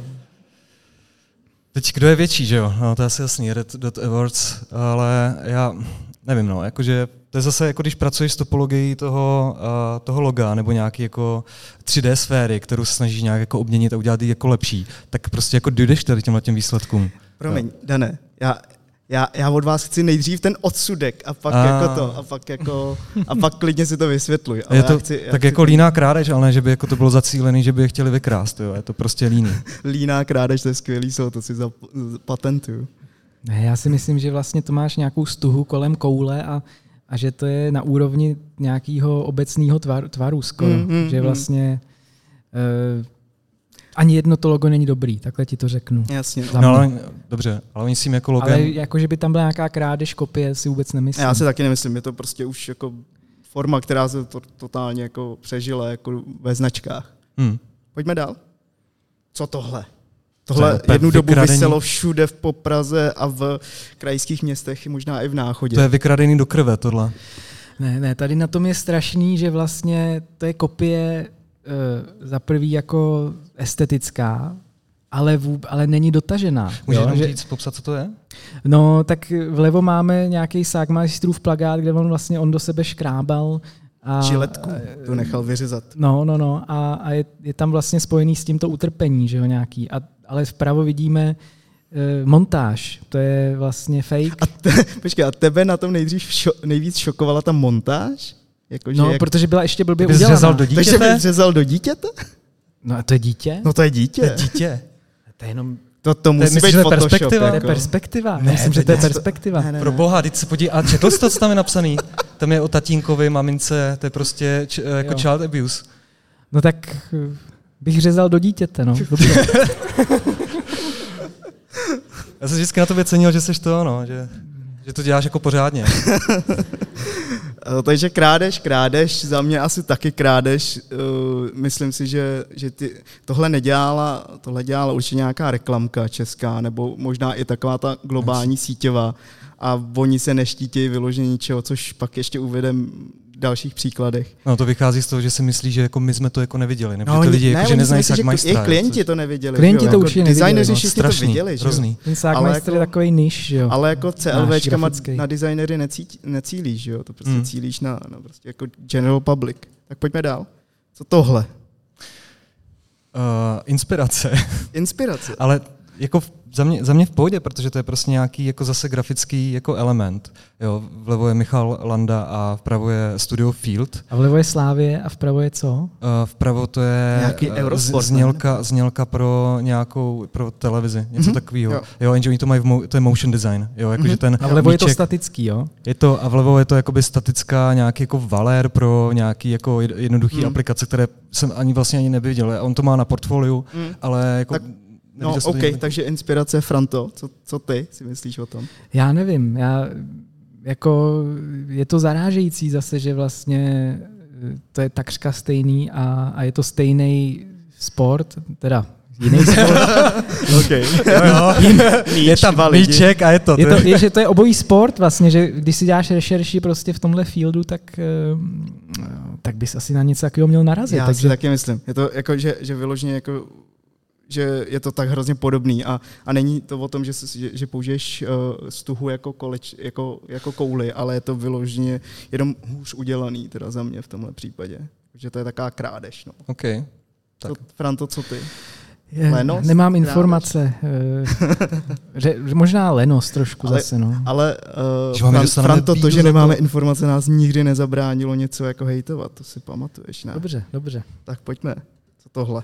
Teď kdo je větší, že jo? No, to je asi jasný, Red Dot Awards, ale já nevím, no, jakože to je zase, jako když pracuješ s topologií toho, uh, toho loga nebo nějaký jako tři dé sféry, kterou se snažíš nějak jako obměnit a udělat ji jako lepší, tak prostě jako dojdeš tady těmhle těm výsledkům. Promiň, Dane, já, já, já od vás chci nejdřív ten odsudek a pak A. jako to, a pak jako, a pak klidně si to vysvětluj. A je to já chci, já tak chci jako líná krádež, ale ne, že by jako to bylo zacílený, že by je chtěli vykrást, jo, je to prostě líný. líná krádež, to je skvělý slovo, to si zapatentuju. Ne, já si myslím, že vlastně to máš nějakou stuhu kolem koule a, a že to je na úrovni nějakého obecného tvar, tvaru skoro. Mm, mm, že mm. vlastně uh, ani jedno to logo není dobrý, takhle ti to řeknu. Jasně. Za No mě. ale dobře, ale oni s tím jako logem... Ale jako, že by tam byla nějaká krádež kopie, si vůbec nemyslím. Já si taky nemyslím, je to prostě už jako forma, která se to totálně jako přežila jako ve značkách. Hmm. Pojďme dál. Co tohle? To je Tohle úplně jednu dobu vykradení. vyselo všude v Popraze a v krajských městech, možná i v Náchodě. To je vykradený do krve, tohle. Ne, ne, tady na tom je strašný, že vlastně to je kopie uh, za prvý jako estetická, ale, vůb, ale není dotažená. Můžeš jo, nám že- říct, popsat, co to je? No, tak vlevo máme nějaký Ságmeisterův plakát, kde on vlastně on do sebe škrábal. A, Žiletku to nechal vyřezat. No, no, no. A, a je, je tam vlastně spojený s tímto utrpení, že jo, nějaký. A, ale vpravo vidíme e, montáž. To je vlastně fake. A te, počkej, a tebe na tom nejdřív šo, nejvíc šokovala ta montáž? Jako, že No, jak, protože byla ještě blbě Ty bys udělaná. řezal do takže dítěte? bys řezal do dítěte? No a to je dítě? No to je dítě. Dítě. To je jenom To, to musí myslíš, být že to je Photoshop. perspektiva? to je Jako. perspektiva. Ne, Myslím, to že to je je- perspektiva. Ne, ne, Pro ne. boha, teď se podívej, a četl jsi to, co tam je napsaný? Tam je o tatínkovi, mamince, to je prostě č, jako Jo. child abuse. No tak eh, bych řezal do dítěte, no. Dobře. Já jsem vždycky na tobě cenil, že jsi to, no, že, že to děláš jako pořádně. Eh, Takže krádež, krádež, za mě asi taky krádež. Eh, Myslím si, že, že ty, tohle nedělala, tohle dělala určitě nějaká reklamka česká, nebo možná i taková ta globální síťová. A oni se neštítějí vyloženě ničeho, což pak ještě uvedem dalších příkladech. No to vychází z toho, že si myslí, že jako my jsme to jako neviděli, nebo no, že ty lidi ne, jako, že neznají Sackmeistera. I klienti to neviděli. Klienti to už jako designéři no, všichni to viděli. Hrozný. Ten Sackmeister jako, je takový niž, jo. Ale jako CLVčkama na designery necítí, necílíš, jo. To prostě hmm. cílíš na, na prostě jako general public. Tak pojďme dál. Co tohle? Uh, inspirace. Inspirace. Ale jako za mě, za mě v pohodě, protože to je prostě nějaký jako zase grafický jako element. Jo, vlevo je Michal Landa a vpravo je Studio Field. A vlevo je Slávie a vpravo je co? Uh, vpravo to je nějaký Eurosport, znělka, znělka pro nějakou pro televizi, něco mm-hmm. takového. Jo. jo, jenže oni to mají v mo- to je motion design, jo, jakože mm-hmm. ten a vlevo míček, je to statický, jo? Je to a vlevo je to jakoby statická nějaký jako valer pro nějaký jako jednoduchý mm. aplikace, které jsem ani vlastně ani neviděl. On to má na portfoliu, mm. ale jako tak, no, OK, takže inspirace Franto, co, co ty si myslíš o tom? Já nevím, já jako je to zarážející zase, že vlastně to je takřka stejný a, a je to stejný sport, teda jiný sport. Okay. jo, jo. Je tam míček a je to. Je to, je, že to je obojí sport vlastně, že když si děláš rešerši prostě v tomhle fieldu, tak, tak bys asi na něco takového měl narazit. Já takže... si taky myslím. Je to jako, že, že vyloženě jako že je to tak hrozně podobný a, a není to o tom, že, že, že použiješ uh, stuhu jako, koleč, jako, jako kouli, ale je to vyloženě jenom hůř udělaný teda za mě v tomhle případě. Takže to je taková krádež. No. Okay. Tak. To, Franto, co ty? Je, lenost? Nemám krádež? Informace. Že, možná lenost trošku ale, zase. No. Ale uh, Fran, Franto, to, že nemáme to... informace, nás nikdy nezabránilo něco jako hejtovat. To si pamatuješ, ne? Dobře, dobře. Tak pojďme. Co tohle?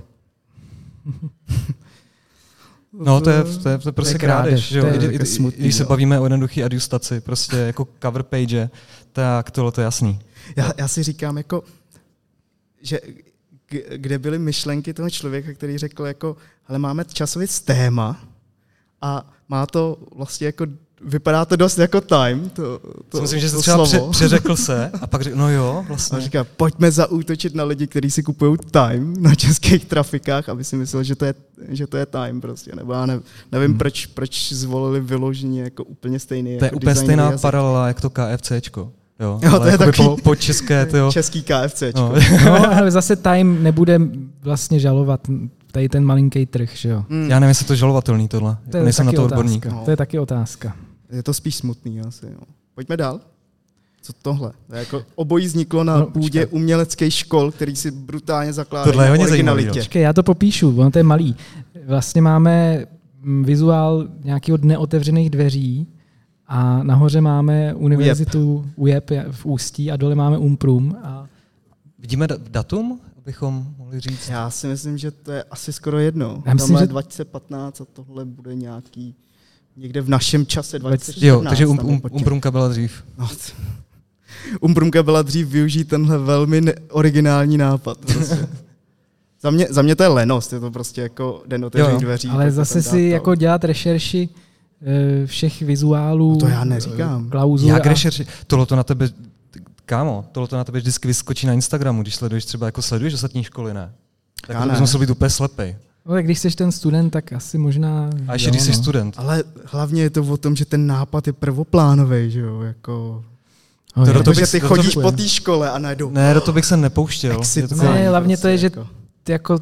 No to je, to je, to je prostě krádež, že jo? Je I, i, smutný, když se jo. bavíme o jednoduché adjustaci, prostě jako cover page, tak tohle to je jasný. Já, já si říkám, jako, že kde byly myšlenky toho člověka, který řekl, jako, ale máme časově téma a má to vlastně jako, vypadá to dost jako time. To, to, myslím, že to se třeba slovo. pře, přeřekl se a pak řekl, no jo, vlastně. A říká, pojďme zaútočit na lidi, kteří si kupují time na českých trafikách, aby si myslel, že to je, že to je time prostě. Nebo já ne, nevím, hmm. proč, proč zvolili vyloženě jako úplně stejný. To je jako úplně stejná jazyk. paralela, jak to KFCčko. Jo, jo to je taky po, po české, to jo. Český KFCčko. No. No, ale zase Time nebude vlastně žalovat tady ten malinký trh, že jo? Hmm. Já nevím, jestli to je žalovatelný tohle. To je nejsem na to otázka. odborník. No. To je taky otázka. Je to spíš smutný asi. Jo. Pojďme dál. Co tohle? To je jako obojí vzniklo na no, půdě počkej. uměleckých škol, který si brutálně zakládají tohle je na hodně originalitě. Počkej, já to popíšu, ono to je malý. Vlastně máme vizuál nějakého dne otevřených dveří a nahoře máme univerzitu U J E P v Ústí a dole máme Umprum. A... Vidíme datum, abychom mohli říct? Já si myslím, že to je asi skoro jedno. Já myslím, Tamhle že... dva tisíce patnáct a tohle bude nějaký někde v našem čase dva tisíce čtrnáct. Jo, takže um, um, Umprumka byla dřív. No, Umprumka byla dřív využít tenhle velmi ne- originální nápad. Prostě. za, mě, za mě to je lenost, je to prostě jako den otevřených dveří. Ale zase si jako dělat rešerši všech vizuálů. No to já neříkám. Klauzul Jak a... rešerši? Tohle to na tebe, kámo, tohle to na tebe vždycky vyskočí na Instagramu, když sleduješ třeba, jako sleduješ ostatní školy, ne? Tak to bys musel být úplně slepej. No, tak když jsi ten student, tak asi možná... A ještě když jsi no. student. Ale hlavně je to o tom, že ten nápad je prvoplánový, že jo, jako... Oh, to, to, to, že ty chodíš po té škole a najednou... Ne, do toho bych se nepouštěl. Ne, hlavně to je, že jako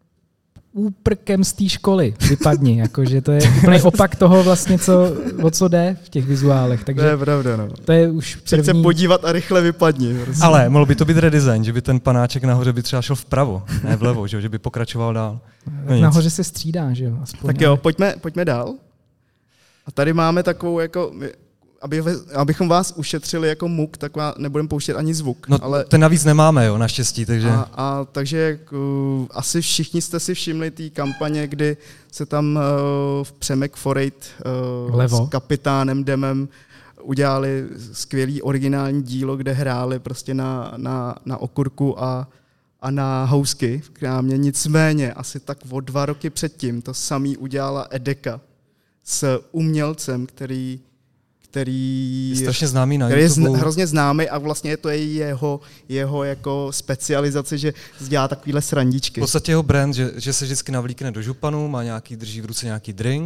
úprkem z té školy vypadni, jakože to je úplný opak toho vlastně, co, o co jde v těch vizuálech. Takže to je pravda, no. To je už první... Chci se podívat a rychle vypadni. Prostě. Ale mohlo by to být redesign, že by ten panáček nahoře by třeba šel vpravo, ne vlevo, že, že by pokračoval dál. No nahoře se střídá, že jo? Aspoň, tak jo, pojďme, pojďme dál. A tady máme takovou jako... Aby, abychom vás ušetřili jako muk, tak nebudeme pouštět ani zvuk. No ale... ten navíc nemáme, jo, naštěstí, takže... A, a takže uh, asi všichni jste si všimli té kampaně, kdy se tam uh, v Přemek Forejt uh, s kapitánem Demem udělali skvělý originální dílo, kde hráli prostě na, na, na okurku a, a na housky v krámě. Nicméně asi tak o dva roky předtím to samý udělala Edeka s umělcem, který který je strašně známý na který YouTube. je hrozně známý a vlastně to je jeho, jeho jako specializace, že dělá takovýhle srandičky. V podstatě jeho brand, že, že se vždycky navlíkne do županu, má nějaký, drží v ruce nějaký drink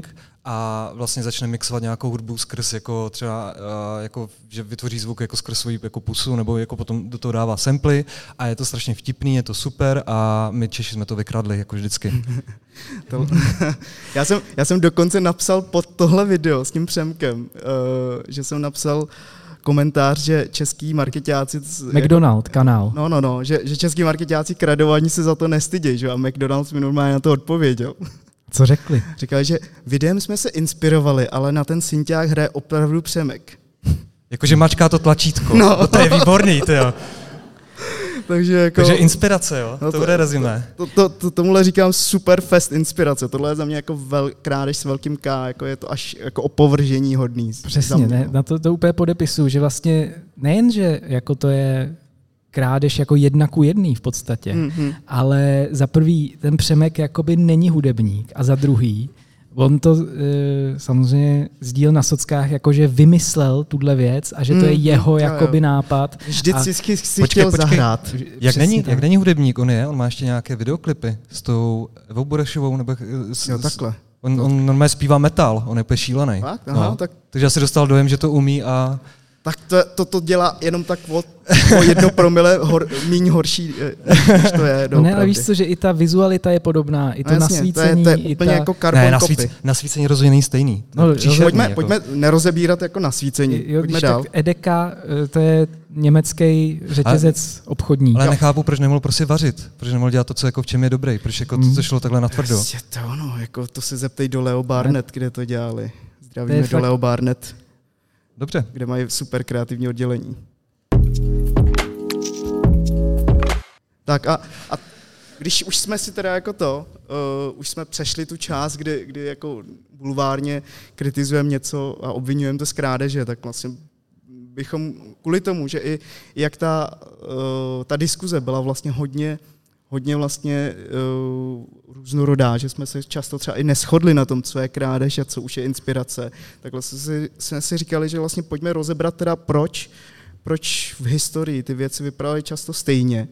a vlastně začne mixovat nějakou hudbu skrz jako třeba, uh, jako, že vytvoří zvuk jako skrz svoji jako pusu, nebo jako potom do toho dává samply a je to strašně vtipný, je to super a my Češi jsme to vykradli, jako vždycky. To, já, jsem, já jsem dokonce napsal pod tohle video s tím Přemkem, uh, že jsem napsal komentář, že český marketáci... McDonald, jako, kanál. No, no, no, že, že český marketáci kradovaní se za to nestydějí, že? A McDonald's mi normálně na to odpověděl. Co řekli? Říkali, že videem jsme se inspirovali, ale na ten synťák hraje opravdu Přemek. Jakože mačká to tlačítko. No. No to je výborný, to jo. Takže, jako, Takže inspirace, jo? No to, to bude rezimé. To, to, to, tomuhle říkám super fest inspirace. Tohle je za mě jako vel, krádež s velkým K, jako je to až jako opovržení hodný. Přesně, ne, na to, to úplně podepisuju, že vlastně nejen, že jako to je krádež jako jedna ku jedný v podstatě, mm-hmm. ale za prvý ten Přemek jakoby není hudebník a za druhý on to e, samozřejmě sdíl na sockách, jakože vymyslel tuhle věc a že to je jeho mm, jakoby jo, jo. nápad. Vždycky a... si počkej, chtěl počkej. zahrát. Jak není, jak není hudebník, on je, on má ještě nějaké videoklipy s tou Evou Burešovou, nebo s, jo, takhle. On, on normálně zpívá metal, on je úplně šílený. Tak? Aha, no. tak... Takže já si dostal dojem, že to umí a... Tak to, to, to dělá jenom tak o, o jedno promile hor, míň horší, než to je. No ne, ale víš co, že i ta vizualita je podobná, i to no jasně, nasvícení. To je, to je úplně ta... jako carbon ne, copy. Nasvíc, nasvícení rozhodně není stejný. No, pojďme, jako... pojďme nerozebírat jako nasvícení. Jo, pojďme dál. Tak Edeka, to je německý řetězec ale, obchodní. Ale nechápu, proč nemohl prostě vařit, proč nemohl dělat to, co jako v čem je dobrý, proč jako to, to šlo takhle natvrdo. Prostě to, no, jako to se zeptej do Leo Barnett, kde to dělali. Zdravíme do fakt... Leo Barnett. Dobře. Kde mají super kreativní oddělení. Tak a, a když už jsme si teda jako to, uh, už jsme přešli tu část, kdy, kdy jako bulvárně kritizujeme něco a obvinujeme to z krádeže, tak vlastně bychom kvůli tomu, že i jak ta, uh, ta diskuze byla vlastně hodně, hodně vlastně uh, různorodá, že jsme se často třeba i neshodli na tom, co je krádež a co už je inspirace, tak vlastně si, jsme si říkali, že vlastně pojďme rozebrat teda proč, proč v historii ty věci vypadaly často stejně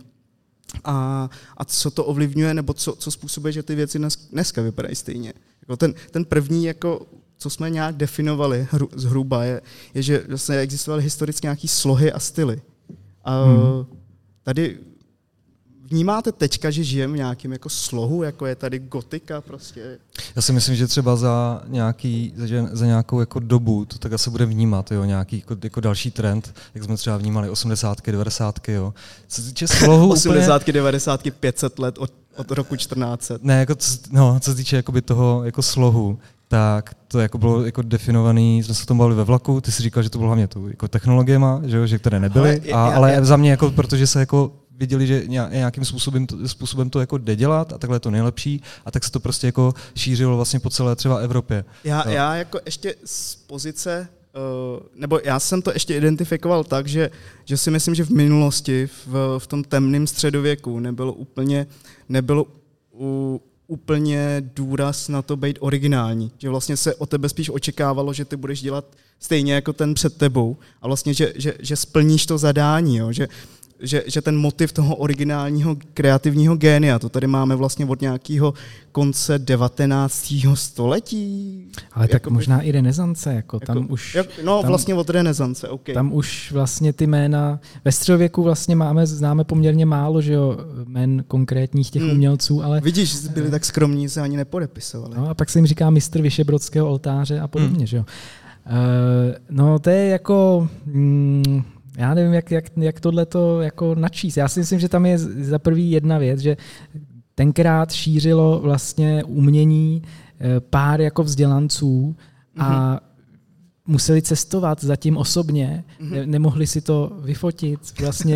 a, a co to ovlivňuje, nebo co, co způsobuje, že ty věci dnes, dneska vypadají stejně. Jako ten, ten první, jako, co jsme nějak definovali hru, zhruba, je, je, že vlastně existovaly historicky nějaký slohy a styly. A hmm. tady vnímáte teďka, že žijeme v nějakém jako slohu, jako je tady gotika prostě? Já si myslím, že třeba za, nějaký, za, za nějakou jako dobu to tak asi bude vnímat, jo, nějaký jako, jako další trend, jak jsme třeba vnímali osmdesátky, devadesátky, jo. Co se týče slohu osmdesátky, úplně... devadesátky, pět set let od, od roku čtrnáct set. Ne, jako, no, co se týče jakoby toho jako slohu, tak to jako bylo jako definovaný, jsme se o tom bavili ve vlaku, ty si říkal, že to bylo hlavně to jako technologiema, že, jo, že které nebyly, ale, a, já, ale já, za mě jako, protože se jako viděli, že nějakým způsobem to, způsobem to jako jde dělat a takhle je to nejlepší a tak se to prostě jako šířilo vlastně po celé třeba Evropě. Já, no. já jako ještě z pozice, nebo já jsem to ještě identifikoval tak, že, že si myslím, že v minulosti, v, v tom temném středověku nebylo úplně, nebylo u, úplně důraz na to být originální. Že vlastně se o tebe spíš očekávalo, že ty budeš dělat stejně jako ten před tebou a vlastně, že, že, že splníš to zadání, jo? Že Že, že ten motiv toho originálního kreativního génia, to tady máme vlastně od nějakého konce devatenáctého století. Ale tak jakoby, možná i renesance, jako, jako tam už... Jak, no tam, vlastně od renesance, ok. Tam už vlastně ty jména, ve středověku vlastně máme, známe poměrně málo, že jo, jmén konkrétních těch hmm. umělců, ale... Vidíš, byli tak skromní, se ani nepodepisovali. No a pak se jim říká mistr Vyšebrodského oltáře a podobně, hmm. že jo. Uh, no to je jako... Mm, já nevím, jak, jak, jak tohle to jako načíst. Já si myslím, že tam je za prvý jedna věc, že tenkrát šířilo vlastně umění pár jako vzdělanců a mm-hmm. museli cestovat zatím osobně, mm-hmm. ne, nemohli si to vyfotit, vlastně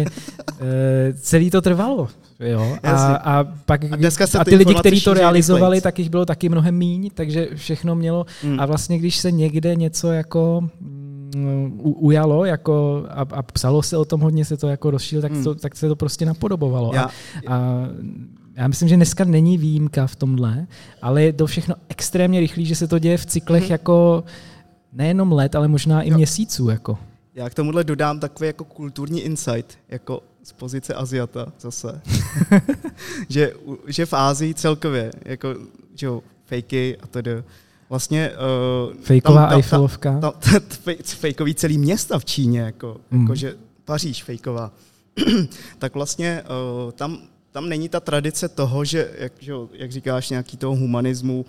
celý to trvalo. Jo? A, a, pak, a, a ty lidi, kteří to realizovali, tak jich bylo taky mnohem míň, takže všechno mělo. Mm. A vlastně, když se někde něco jako ujalo jako a, a psalo se o tom hodně, se to jako rozšířilo, tak, to, tak se to prostě napodobovalo. Já, a, a já myslím, že dneska není výjimka v tomhle, ale je to všechno extrémně rychlý, že se to děje v cyklech mm-hmm. jako nejenom let, ale možná i jo. měsíců. Jako. Já k tomuhle dodám takový jako kulturní insight, jako z pozice Aziata zase. že, že v Ázii celkově, jako že jo, fakey a tedy, vlastně... Uh, fejková Eiffelovka. Tam, tam, tam, fejkový celý města v Číně, jako, mm. jakože Paříž fejková. Tak vlastně uh, tam, tam není ta tradice toho, že, jak, že, jak říkáš, nějaký toho humanismu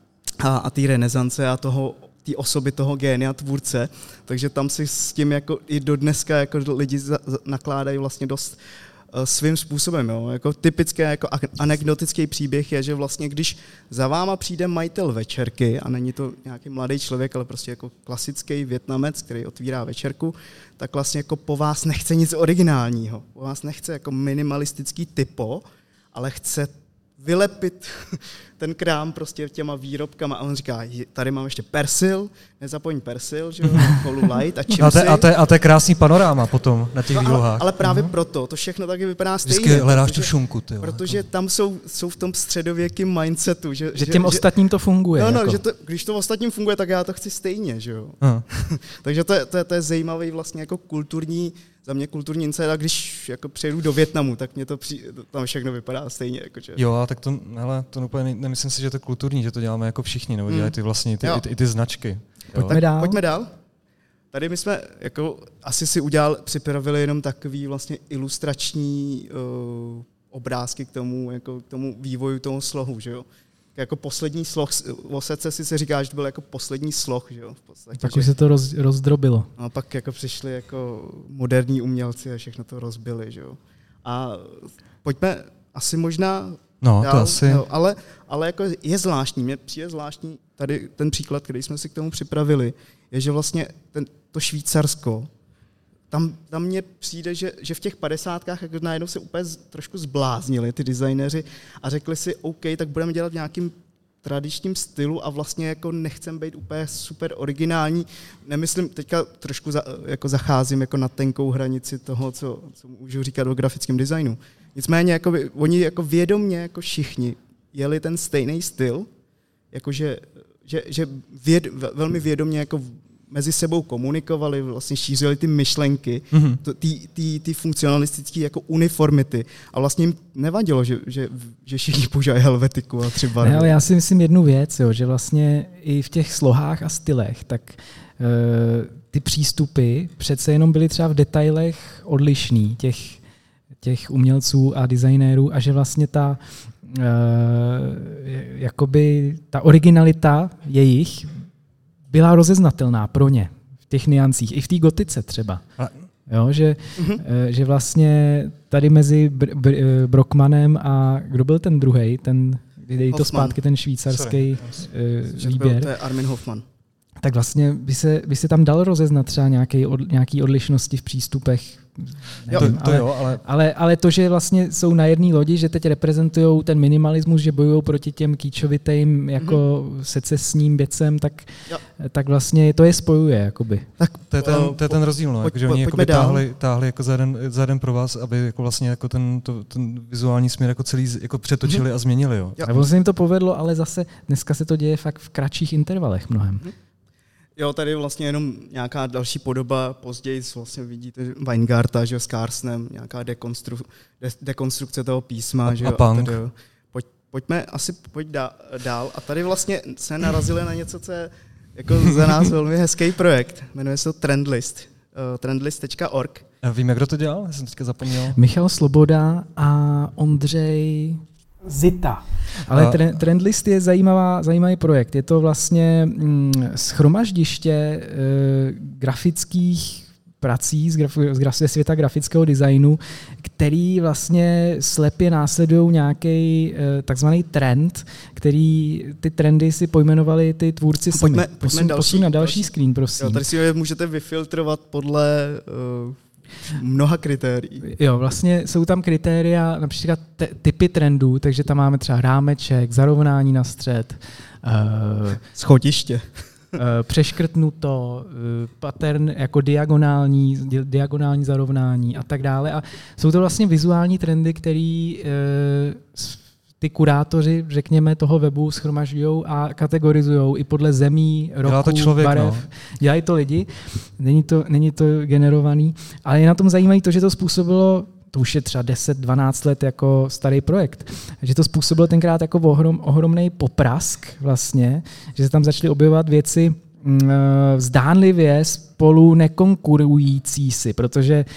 a, a té renesance a toho té osoby toho génia tvůrce, takže tam si s tím jako i do dneska jako lidi za, za, nakládají vlastně dost uh, svým způsobem. Jo. Jako typické jako anekdotický příběh je, že vlastně když za váma přijde majitel večerky, a není to nějaký mladý člověk, ale prostě jako klasický Vietnamec, který otvírá večerku, tak vlastně jako po vás nechce nic originálního. Po vás nechce jako minimalistický typo, ale chce vylepit ten krám prostě těma výrobkama a on říká, tady mám ještě persil, nezapomeň persil, že jo, kolu light a čipsy. A to, a, to je, a to je krásný panoráma potom na těch no, výlohách. Ale, ale právě uh-huh. proto, to všechno taky vypadá stejně. Vždycky hledáš tu šunku, ty. Protože jako. tam jsou, jsou v tom středověkém mindsetu. Že, že těm že, ostatním to funguje. No, no, jako. že to, když to ostatním funguje, tak já to chci stejně, že jo. Uh. Takže to je, to, je, to je zajímavý vlastně jako kulturní, za mě kulturní insight, a když jako přijedu do Vietnamu, tak mě to při, tam všechno vypadá stejně. Jako, že. Jo, tak to, hele, to úplně nemyslím si, že to je kulturní, že to děláme jako všichni, nebo dělají ty vlastně ty, i, ty, i ty značky. Pojďme dál. Pojďme dál. Tady my jsme jako asi si udělali, připravili jenom takový vlastně ilustrační uh, obrázky k tomu, jako k tomu vývoju toho slohu, že jo. Jako poslední sloh, v Osece si se říká, že to byl jako poslední sloh, že jo. V podstatě, tak že, už se to roz, rozdrobilo. A pak jako přišli jako moderní umělci a všechno to rozbili, že jo. A pojďme asi možná No, dál, to asi. Jo, ale, ale jako je zvláštní, mně přijde zvláštní, tady ten příklad, který jsme si k tomu připravili, je, že vlastně ten, to Švýcarsko, tam, tam mně přijde, že, že v těch padesátkách jako najednou se úplně z, trošku zbláznili ty designéři a řekli si, OK, tak budeme dělat v nějakým tradičním stylu a vlastně jako nechcem být úplně super originální. Nemyslím, teďka trošku za, jako zacházím jako na tenkou hranici toho, co, co můžu říkat o grafickém designu. Nicméně jako, oni jako vědomně jako všichni jeli ten stejný styl, jakože že, že věd, velmi vědomně jako mezi sebou komunikovali, vlastně šířili ty myšlenky, mm-hmm. ty, ty, ty funkcionalistické jako uniformity a vlastně jim nevadilo, že, že, že všichni používají helvetiku a tři barvy. Ne, ale já si myslím jednu věc, jo, že vlastně i v těch slohách a stylech, tak uh, ty přístupy přece jenom byly třeba v detailech odlišný těch, těch umělců a designérů a že vlastně ta uh, jakoby ta originalita jejich byla rozeznatelná pro ně v těch niancích, i v té gotice třeba. Jo, že, mm-hmm. že vlastně tady mezi Br- Br- Brockmanem a kdo byl ten druhej, ten, dej to zpátky, ten švýcarský uh, výběr. To je Armin Hoffman. Tak vlastně by se, by se tam dalo rozeznat třeba nějaký, od, nějaký odlišnosti v přístupech. Nevím, to, to ale, jo, ale... Ale, ale to, že vlastně jsou na jedné lodi, že teď reprezentují ten minimalismus, že bojují proti těm kýčovitým jako mm-hmm. secesním věcem, tak, tak vlastně to je spojuje. Jakoby. Tak, to, je ten, to je ten rozdíl, no, pojď, jako, že oni pojď, táhli, táhli jako za, den, za den pro vás, aby jako vlastně jako ten, to, ten vizuální směr jako celý jako přetočili mm-hmm. a změnili. Jo. A ono se jim to povedlo, ale zase dneska se to děje fakt v kratších intervalech mnohem. Mm-hmm. Jo, tady vlastně jenom nějaká další podoba, později vlastně vidíte Weingarta, že jo, s Carsonem, nějaká dekonstru, de, dekonstrukce toho písma, a, že jo. A punk. A tady, jo. Pojď, pojďme asi pojď dál. A tady vlastně se narazili na něco, co je jako za nás velmi hezký projekt. Jmenuje se to Trendlist. Uh, trendlist tečka org. A vím, jak kdo to dělal? Já jsem teďka zapomněl. Michal Sloboda a Ondřej Zita. Ale a... Trendlist je zajímavá, zajímavý projekt. Je to vlastně mm, shromaždiště e, grafických prací z, graf, z graf, světa grafického designu, který vlastně slepě následují nějaký e, takzvaný trend, který ty trendy si pojmenovali ty tvůrci sami. Pojďme, pojďme další, posun na další screen, prosím. Jo, tady si je můžete vyfiltrovat podle... Uh... mnoha kritérií. Jo, vlastně jsou tam kritéria, například te- typy trendů, takže tam máme třeba rámeček, zarovnání na střed, uh, schodiště, uh, přeškrtnuto, uh, pattern jako diagonální, di- diagonální zarovnání a tak dále. A jsou to vlastně vizuální trendy, které uh, ty kurátoři, řekněme, toho webu shromažďují a kategorizují i podle zemí, roku, člověk, barev. No. Dělají to lidi, není to, není to generovaný, ale je na tom zajímavé to, že to způsobilo to už je třeba deset dvanáct let jako starý projekt. Takže to způsobilo tenkrát jako ohrom, ohromný poprask vlastně, že se tam začaly objevovat věci mm, zdánlivě spolu nekonkurující si, protože e,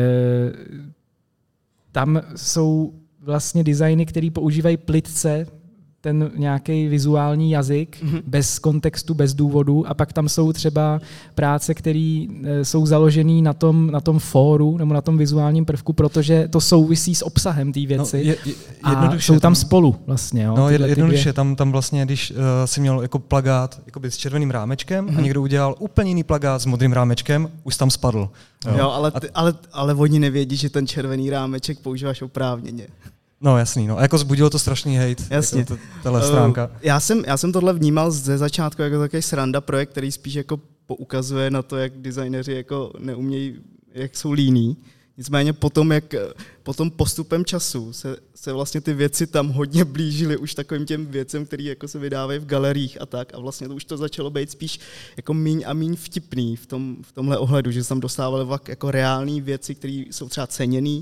tam jsou vlastně designy, které používají plytce ten nějaký vizuální jazyk, mm-hmm. bez kontextu, bez důvodu, a pak tam jsou třeba práce, které jsou založené na tom, na tom fóru nebo na tom vizuálním prvku, protože to souvisí s obsahem té věci, no, je, je, a jsou tam, tam spolu vlastně. Jo, no jednoduše, tam, tam vlastně, když uh, si měl jako plagát jakoby s červeným rámečkem mm-hmm. a někdo udělal úplně jiný plagát s modrým rámečkem, už tam spadl. Jo, jo ale, ty, ale, ale oni nevědí, že ten červený rámeček používáš oprávněně. No jasný, no. A jako zbudilo to strašný hate, jasně. Jako tahle stránka. Uh, já, jsem, já jsem tohle vnímal ze začátku jako takový sranda projekt, který spíš jako poukazuje na to, jak designéři jako neumějí, jak jsou líní. Nicméně potom, jak potom postupem času se, se vlastně ty věci tam hodně blížily už takovým těm věcem, které jako se vydávají v galeriích a tak. A vlastně to už to začalo být spíš jako míň a míň vtipný v, tom, v tomhle ohledu, že se tam dostávaly jako reální věci, které jsou třeba ceněný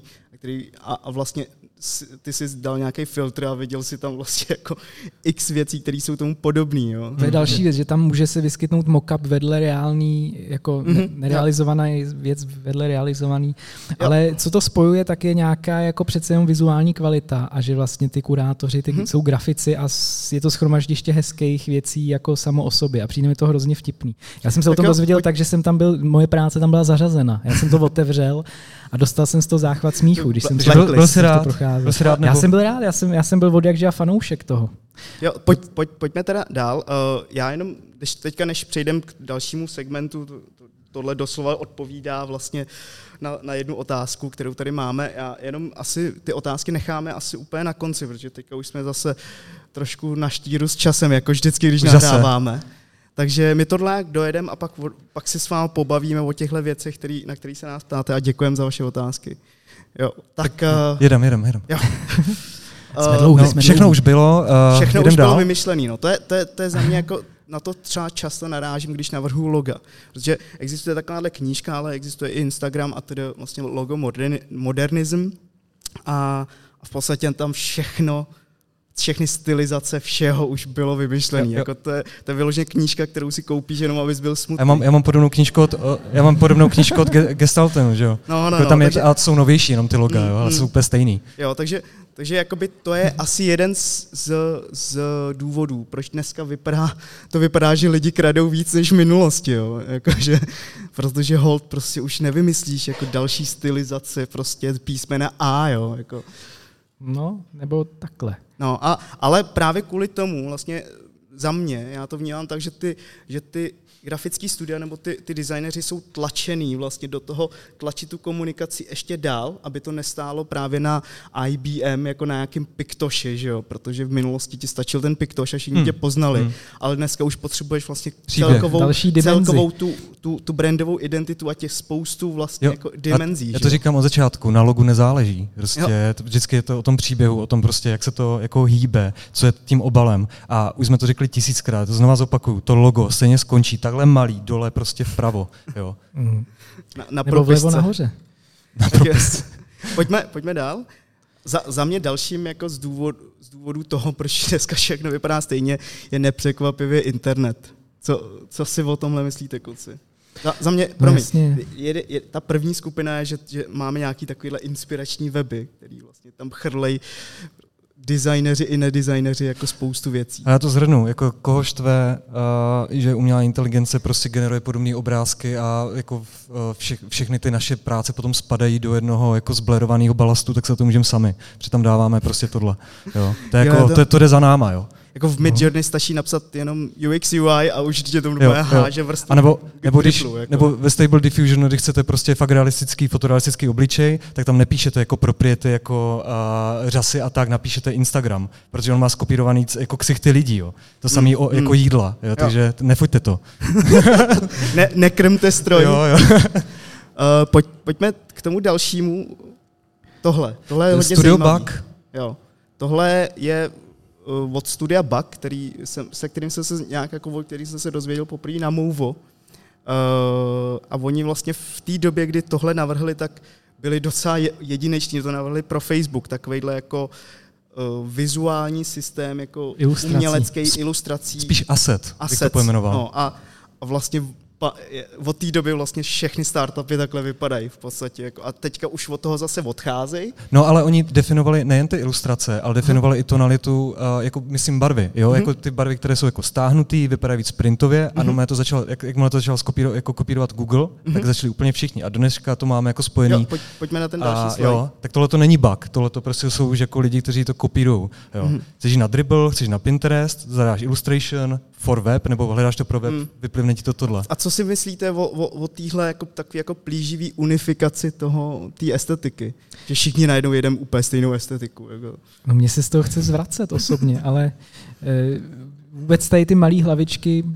a, a vlastně ty jsi dal nějaký filtr a viděl si tam vlastně jako x věcí, které jsou tomu podobný. Jo? To je další věc, že tam může se vyskytnout mock-up vedle reální, jako mm-hmm. nerealizovaná věc vedle realizovaný. Jo. Ale co to spojuje, tak je nějaká jako přece jenom vizuální kvalita a že vlastně ty kurátoři ty mm-hmm. jsou grafici a je to shromaždiště hezkých věcí jako samo o sobě a přijde mi to hrozně vtipný. Já jsem se tak o tom dozvěděl pojď... tak, že jsem tam byl, moje práce tam byla zařazena. Já jsem to otevřel a dostal jsem z toho záchvat smíchu, když jsem byl, byl jsi rád. Byl jsi rád, nebo... Já jsem byl rád, já jsem, já jsem byl od jakžia fanoušek toho. Jo, pojď, pojď, pojďme teda dál. Uh, já jenom, když teďka než přejdem k dalšímu segmentu, to, to, tohle doslova odpovídá vlastně na, na jednu otázku, kterou tady máme. Já jenom asi ty otázky necháme asi úplně na konci, protože teďka už jsme zase trošku na štíru s časem, jako vždycky, když nahráváme. Takže my tohle dojedeme a pak, pak si s vámi pobavíme o těchto věcech, který, na které se nás ptáte a děkujeme za vaše otázky. Jo, tak... tak uh, jedem, jedem, jedem. Jo. Jsme dlouhý, no, jsme všechno dlouhý. už bylo, uh, Všechno jedem už dál. bylo vymyšlený. No. To, je, to, je, to je za mě jako, na to třeba často narážím, když navrhuji loga. Protože existuje takováhle knížka, ale existuje i Instagram a tedy vlastně logo moderni, modernism a, a v podstatě tam všechno, všechny stylizace všeho už bylo vymyšlené. Jako to, je, to je vyloženě knížka, kterou si koupíš jenom, abys byl smutný. Já mám, já mám podobnou knížku od, já mám podobnou knížku od Gestaltenu, že jo? No, no, jako tam no, je, takže, a jsou novější jenom ty loga, jo, ale jsou úplně stejný. Jo, takže, takže jakoby to je asi jeden z, z, z důvodů, proč dneska vypadá, to vypadá, že lidi kradou víc než v minulosti, jo? Jakože, protože hold prostě už nevymyslíš jako další stylizace, prostě písmena A, jo, jako. No, nebo takhle. No, a, ale právě kvůli tomu vlastně za mě, já to vnímám tak, že ty, že ty grafický studia nebo ty, ty designéři jsou tlačený vlastně do toho tlačit tu komunikaci ještě dál, aby to nestálo právě na I B M jako na nějakým piktoši, že jo? Protože v minulosti ti stačil ten piktoš a všichni hmm. tě poznali, hmm. ale dneska už potřebuješ vlastně celkovou, celkovou tu, tu, tu brandovou identitu a těch spoustu vlastně jo, jako dimenzí. Já to říkám od začátku, na logu nezáleží. Prostě vždycky je to o tom příběhu, o tom prostě, jak se to jako hýbe, co je tím obalem. A už jsme to řekli tisíckrát, to znova zopakuju, to logo stejně skončí takhle malý, dole prostě vpravo. Jo. Mm. Na, na Nebo vlevo nahoře. Na pojďme, pojďme dál. Za, za mě dalším jako z, důvod, z důvodu toho, proč dneska všechno vypadá stejně, je nepřekvapivě internet. Co, co si o tomhle myslíte, kluci? Za, za mě, promiň, no je, je, ta první skupina je, že, že máme nějaký takovýhle inspirační weby, který vlastně tam chrlej designéři i nedesignéři jako spoustu věcí. A já to zhrnu, jako koho štve, uh, že umělá inteligence prostě generuje podobné obrázky a jako uh, vše, všechny ty naše práce potom spadají do jednoho jako zblerovaného balastu, tak se to můžeme sami, protože tam dáváme prostě tohle. Jo. To, je jako, jo, to... To, to jde za náma, jo. Jako v Midjourney stačí napsat jenom U X U I a už tě tomu háže vrstvu. A nebo, nebo, když, jako. nebo ve Stable Diffusionu, když chcete prostě fakt realistický, fotorealistický obličej, tak tam nepíšete jako propriety, jako uh, řasy a tak, napíšete Instagram, protože on má skopírovaný jako ksichty lidí, jo. To samé mm, jako mm. jídla, jo, takže jo. Nefoďte to. ne, nekrmte stroj. Jo, jo. uh, pojď, pojďme k tomu dalšímu. Tohle. Tohle je hodně Studio zajímavý. Bug. Jo. Tohle je od studia Bug, který jsem, se kterým jsem se nějak jako, který jsem se dozvěděl poprvé na Mouvo. Uh, a oni vlastně v té době, kdy tohle navrhli, tak byli docela jedineční, to navrhli pro Facebook, takovejhle jako uh, vizuální systém, jako ilustrací. umělecký ilustrací. Spíš asset, asset bych to pojmenoval. No, a, a vlastně pa, od té doby vlastně všechny startupy takhle vypadají v podstatě. Jako, a teďka už od toho zase odcházejí. No ale oni definovali nejen ty ilustrace, ale definovali hmm. i tonalitu, uh, jako myslím barvy. Jo? Hmm. Jako ty barvy, které jsou jako stáhnutý, vypadají víc printově. Hmm. Ano, to začalo, jak, jakmile to začal skopírovat, jako kopírovat Google, hmm. tak začali úplně všichni. A dneska to máme jako spojený. Jo, pojď, pojďme na ten další a, slide. Jo, tak tohle to není bug, tohle to prostě jsou už jako lidi, kteří to kopírují. Hmm. Chceš na Dribbble, chceš na Pinterest, zadáš illustration for web, nebo hledáš to pro web, hmm. vyplivne ti to tohle. A co si myslíte o, o, o téhle jako, takový jako plíživý unifikaci toho, té estetiky? Že všichni najednou jedeme úplně stejnou estetiku. Jako. No mně se z toho chce zvracet osobně, ale e, vůbec tady ty malé hlavičky,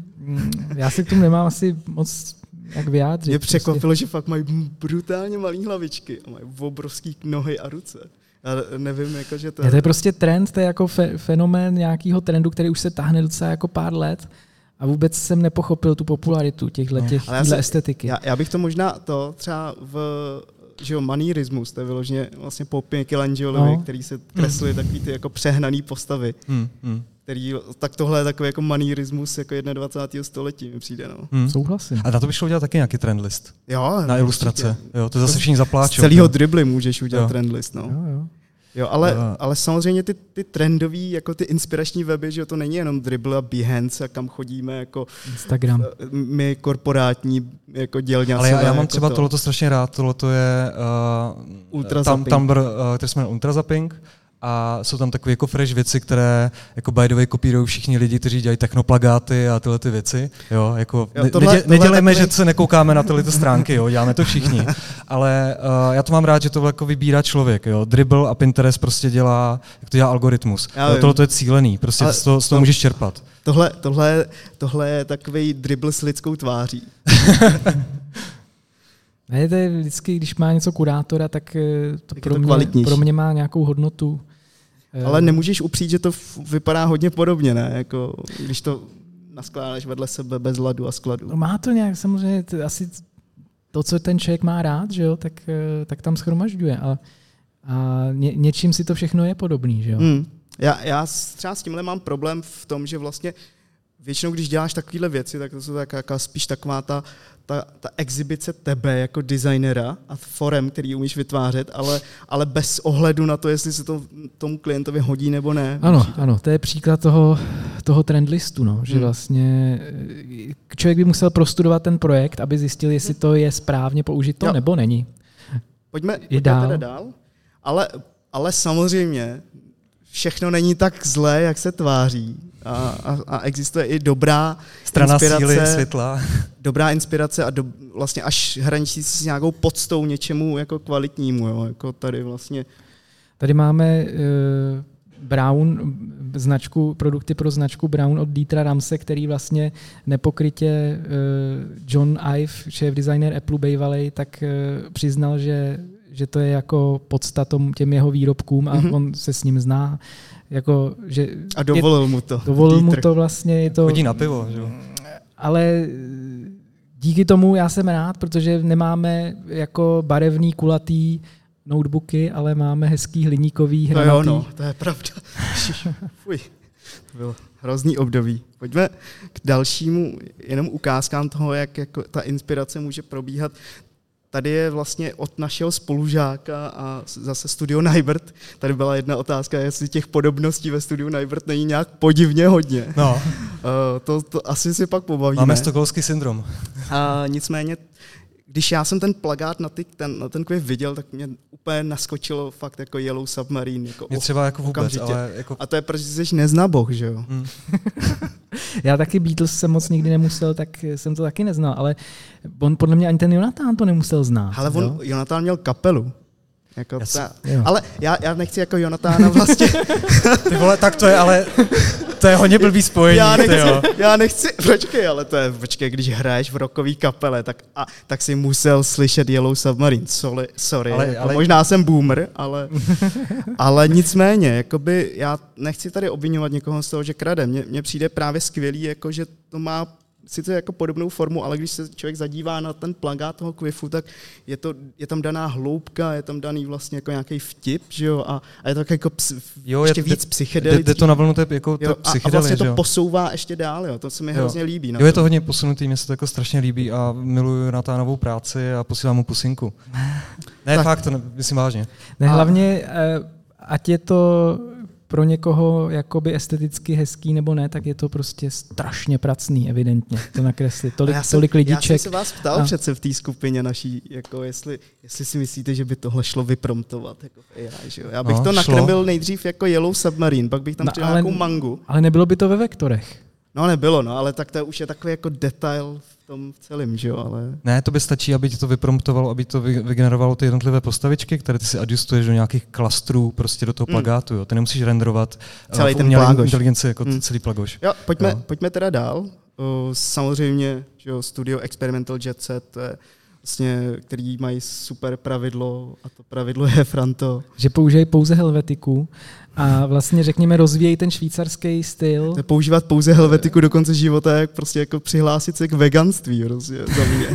já se k tomu nemám asi moc jak vyjádřit. Mě překvapilo, prostě. Že fakt mají brutálně malé hlavičky a mají obrovský nohy a ruce. Já nevím, jako, že to... Je to je prostě trend, to je jako fe, fenomén nějakého trendu, který už se táhne docela jako pár let. A vůbec jsem nepochopil tu popularitu těchto těch, se, estetiky. Já, já bych to možná to třeba v že jo, manierismus, to je vyloženě vlastně po Michelangelovi, no. který se kreslili takový ty jako přehnaný postavy. Hmm. Hmm. Který, tak tohle je takový jako manierismus jako dvacátého prvního století mi přijde. No. Hmm. Souhlasím. A na to by šlo udělat taky nějaký trendlist. Jo. Na ilustrace. Jo, to zase všichni zapláčou. Z celého Dribbble můžeš udělat jo. trendlist. No. Jo, jo. Jo, ale, ale samozřejmě ty, ty trendový, jako ty inspirační weby, že to není jenom Dribbble a Behance, a kam chodíme jako Instagram. My korporátní jako dělňasové. Ale já, já mám jako třeba to. tohleto strašně rád, tohleto je uh, tam, Tumblr, uh, který se jmenuje Ultrazapping. A jsou tam takové jako fresh věci, které jako by the way kopírují všichni lidi, kteří dělají technoplagáty a tyhle ty věci. Jo, jako jo, tohle, nedě, tohle nedělejme, takový... že se nekoukáme na tyhle ty stránky, jo, děláme to všichni. Ale uh, já to mám rád, že to jako vybírá člověk. Jo. Dribbble a Pinterest prostě dělá, jak to dělá algoritmus. Tohle to je cílený, prostě z toho, z toho můžeš čerpat. Tohle, tohle, tohle je takový Dribbble s lidskou tváří. Ne, to je vždycky, když má něco kurátora, tak to, pro, to mě, pro mě má nějakou hodnotu. Ale nemůžeš upřít, že to vypadá hodně podobně, ne? Jako, když to naskládáš vedle sebe bez ladu a skladu. No má to nějak, samozřejmě, to, asi to, co ten člověk má rád, že jo, tak, tak tam shromažďuje. A, a ně, něčím si to všechno je podobný, že jo. Hmm. Já, já třeba s tímhle mám problém v tom, že vlastně většinou, když děláš takovéhle věci, tak to jsou tak, jako spíš taková ta, ta, ta exibice tebe jako designera a forem, který umíš vytvářet, ale, ale bez ohledu na to, jestli se to tomu klientovi hodí nebo ne. Ano, ano, to je příklad toho, toho trendlistu, no, že hmm. vlastně člověk by musel prostudovat ten projekt, aby zjistil, jestli to je správně použito jo. nebo není. Pojďme, pojďme dál. teda dál, ale, ale samozřejmě všechno není tak zlé, jak se tváří. A, a, a existuje i dobrá strana inspirace, síly, světla. Dobrá inspirace a do, vlastně až hraničí s nějakou podstou něčemu jako kvalitnímu. Jo, jako tady vlastně. Tady máme uh, Brown, značku, produkty pro značku Brown od Dietera Ramse, který vlastně nepokrytě uh, John Ive, šéf designer Apple bývalej, tak uh, přiznal, že, že to je jako podsta tom, těm jeho výrobkům a mm-hmm. on se s ním zná. Jako, že a dovolil je, mu to. Dovolil mu to vlastně. Je to, chodí na pivo. Že? Ale díky tomu já jsem rád, protože nemáme jako barevný, kulatý notebooky, ale máme hezký hliníkový, hranatý. No jo, no, to je pravda. Fuj, to bylo hrozný období. Pojďme k dalšímu, jenom ukázkám toho, jak jako ta inspirace může probíhat. Tady je vlastně od našeho spolužáka a zase Studio Nybert. Tady byla jedna otázka, jestli těch podobností ve Studiu Nybert není nějak podivně hodně. No. Uh, to, to asi si pak pobavíme. Máme stockholmský syndrom. A nicméně, když já jsem ten plagát na, ty, ten, na ten quiz viděl, tak mě úplně naskočilo fakt jako Yellow Submarine. Jako mě třeba jako vůbec, ale jako... A to je, protože jsi neznaboch, že jo? Hmm. Já taky Beatles jsem moc nikdy nemusel, tak jsem to taky neznal, ale on podle mě ani ten Jonathan to nemusel znát. Ale on, jo? Jonathan měl kapelu. Jako ta, ale já, já nechci jako Jonatána vlastně. Ty vole, tak to je ale, to je hodně blbý spojení. Já nechci, já nechci, počkej, ale to je, počkej, když hraješ v rockový kapele, tak, a, tak si musel slyšet Yellow Submarine. Sorry, sorry ale, jako ale... možná jsem boomer, ale, ale nicméně, jakoby já nechci tady obvinovat někoho z toho, že krade. Mně, mně přijde právě skvělý, jako, že to má sice jako podobnou formu, ale když se člověk zadívá na ten plagát toho Quiffu, tak je, to, je tam daná hloubka, je tam daný vlastně jako nějaký vtip, že jo, a, a je to jako ps, jo, ještě je, víc psychedelický. Jde to na vlnu té jako jo, psychedely, a, a vlastně to jo. posouvá ještě dál, jo, to se mi jo. hrozně líbí. Jo, je to hodně posunutý, mně se to jako strašně líbí a miluju Natánovou práci a posílám mu pusinku. Ne, tak. Fakt, to ne, myslím vážně. Ne, hlavně, ať je to pro někoho jakoby esteticky hezký nebo ne, tak je to prostě strašně pracný, evidentně, to nakreslit. Tolik, já jsem, tolik lidíček. Já jsem se vás ptal a... přece v té skupině naší, jako jestli, jestli si myslíte, že by tohle šlo vypromptovat jako v A I, že jo? Já bych no, to šlo. nakrmil nejdřív jako Yellow Submarine, pak bych tam no, přidal nějakou mangu. Ale nebylo by to ve vektorech. No nebylo, no, ale tak to už je takový jako detail v tom celém, že jo, ale... Ne, to by stačí, aby ti to vypromptovalo, aby to vygenerovalo ty jednotlivé postavičky, které ty si adjustuješ do nějakých klastrů, prostě do toho plagátu, jo. Ty nemusíš renderovat celý uh, ten plágoš. Inteligenci jako hmm. celý plagoš. Jo, pojďme, jo. pojďme teda dál. Uh, samozřejmě, že jo, studio Experimental Jet Set, to je vlastně, který mají super pravidlo a to pravidlo je Franto. Že použijí pouze helvetiku a vlastně řekněme rozvíjejí ten švýcarský styl. Používat pouze helvetiku do konce života, jak prostě jako přihlásit se k veganství, prostě za mě.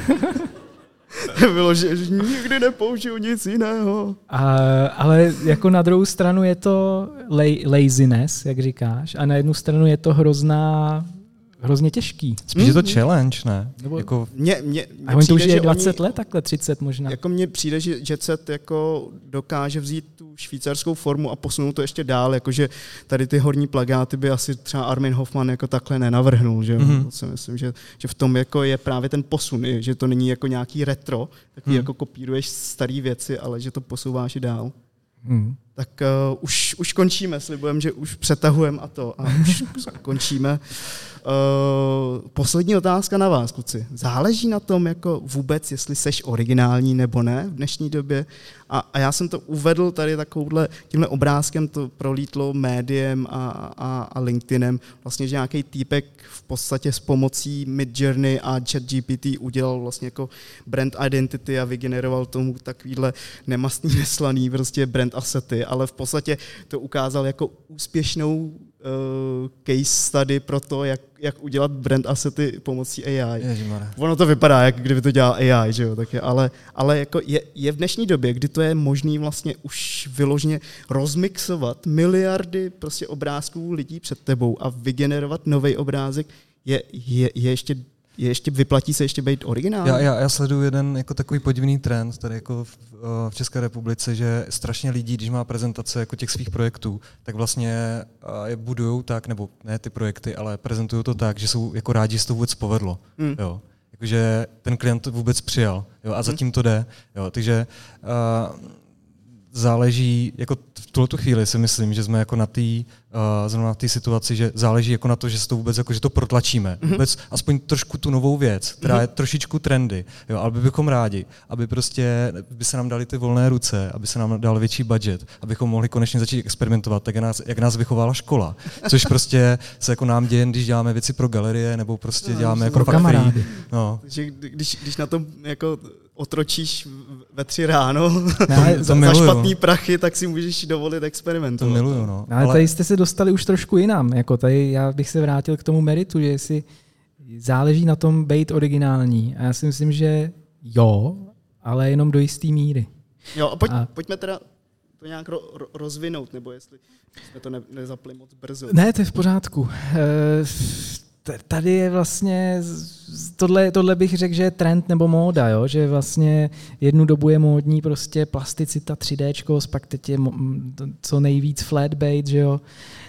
Bylo, že, že nikdy nepoužiju nic jiného. A, ale jako na druhou stranu je to lay, laziness, jak říkáš, a na jednu stranu je to hrozná hrozně těžký. Spíš je to challenge, ne? Nebo jako... mě, mě, mě a oni to už je že dvacet oni, let, takhle třicet možná. Jako mně přijde, že Jet Set jako dokáže vzít tu švýcarskou formu a posunout to ještě dál, jakože tady ty horní plagáty by asi třeba Armin Hoffman jako takhle nenavrhnul, že? Mm-hmm. To si myslím, že, že v tom jako je právě ten posun, že to není jako nějaký retro, takový mm. jako kopíruješ staré věci, ale že to posouváš i dál. Hmm. Tak uh, už, už končíme, slibujeme, že už přetahujeme a to. A už končíme. Uh, poslední otázka na vás, kluci. Záleží na tom jako vůbec, jestli seš originální nebo ne v dnešní době? A, a já jsem to uvedl tady takovouhle, tímhle obrázkem, to prolítlo médiem a, a, a LinkedInem. Vlastně, že nějaký týpek v podstatě s pomocí Midjourney a ChatGPT udělal vlastně jako brand identity a vygeneroval tomu takovýhle nemastný, neslaný prostě brand assety, ale v podstatě to ukázal jako úspěšnou uh, case study pro to, jak, jak udělat brand assety pomocí A I. Ježimare. Ono to vypadá, jak kdyby to dělal A I, že jo, tak je, ale, ale jako je, je v dnešní době, kdy to je možný vlastně už vyloženě rozmixovat miliardy prostě obrázků lidí před tebou a vygenerovat nový obrázek, je, je, je ještě Je ještě, vyplatí se ještě být originální? Já, já, já sleduju jeden jako takový podivný trend tady jako v, v České republice, že strašně lidí, když má prezentace jako těch svých projektů, tak vlastně je budujou tak, nebo ne ty projekty, ale prezentují to tak, že jsou jako rádi, že se to vůbec povedlo. Hmm. Jo. Jakože ten klient to vůbec přijal, jo, a zatím to jde. Jo. Takže uh, záleží, jako v tuhletu chvíli si myslím, že jsme jako na té uh, zrovna na té situaci, že záleží jako na to, že se to vůbec jako, že to protlačíme. Mm-hmm. Vůbec aspoň trošku tu novou věc, která mm-hmm. je trošičku trendy, jo, ale bychom rádi, aby prostě by se nám dali ty volné ruce, aby se nám dal větší budget, abychom mohli konečně začít experimentovat, tak jak nás, jak nás vychovala škola. Což prostě se jako nám děje, když děláme věci pro galerie, nebo prostě no, děláme jako pro kamarády. No. Takže když, když na tom jako otročíš ve tři ráno ne, za, za špatný prachy, tak si můžeš dovolit experimentovat. To miluju, no. Ale, ale tady jste se dostali už trošku jinam. Jako tady já bych se vrátil k tomu meritu, že si záleží na tom být originální. A já si myslím, že jo, ale jenom do jisté míry. Jo, a, pojď, a pojďme teda to nějak ro, ro, rozvinout, nebo jestli jsme to ne, nezapli moc brzo. Ne, to je v pořádku. E, Tady je vlastně, tohle, tohle bych řekl, že je trend nebo móda, jo? Že vlastně jednu dobu je módní prostě plasticita, tři déčko, pak teď je co nejvíc flatbait, že jo.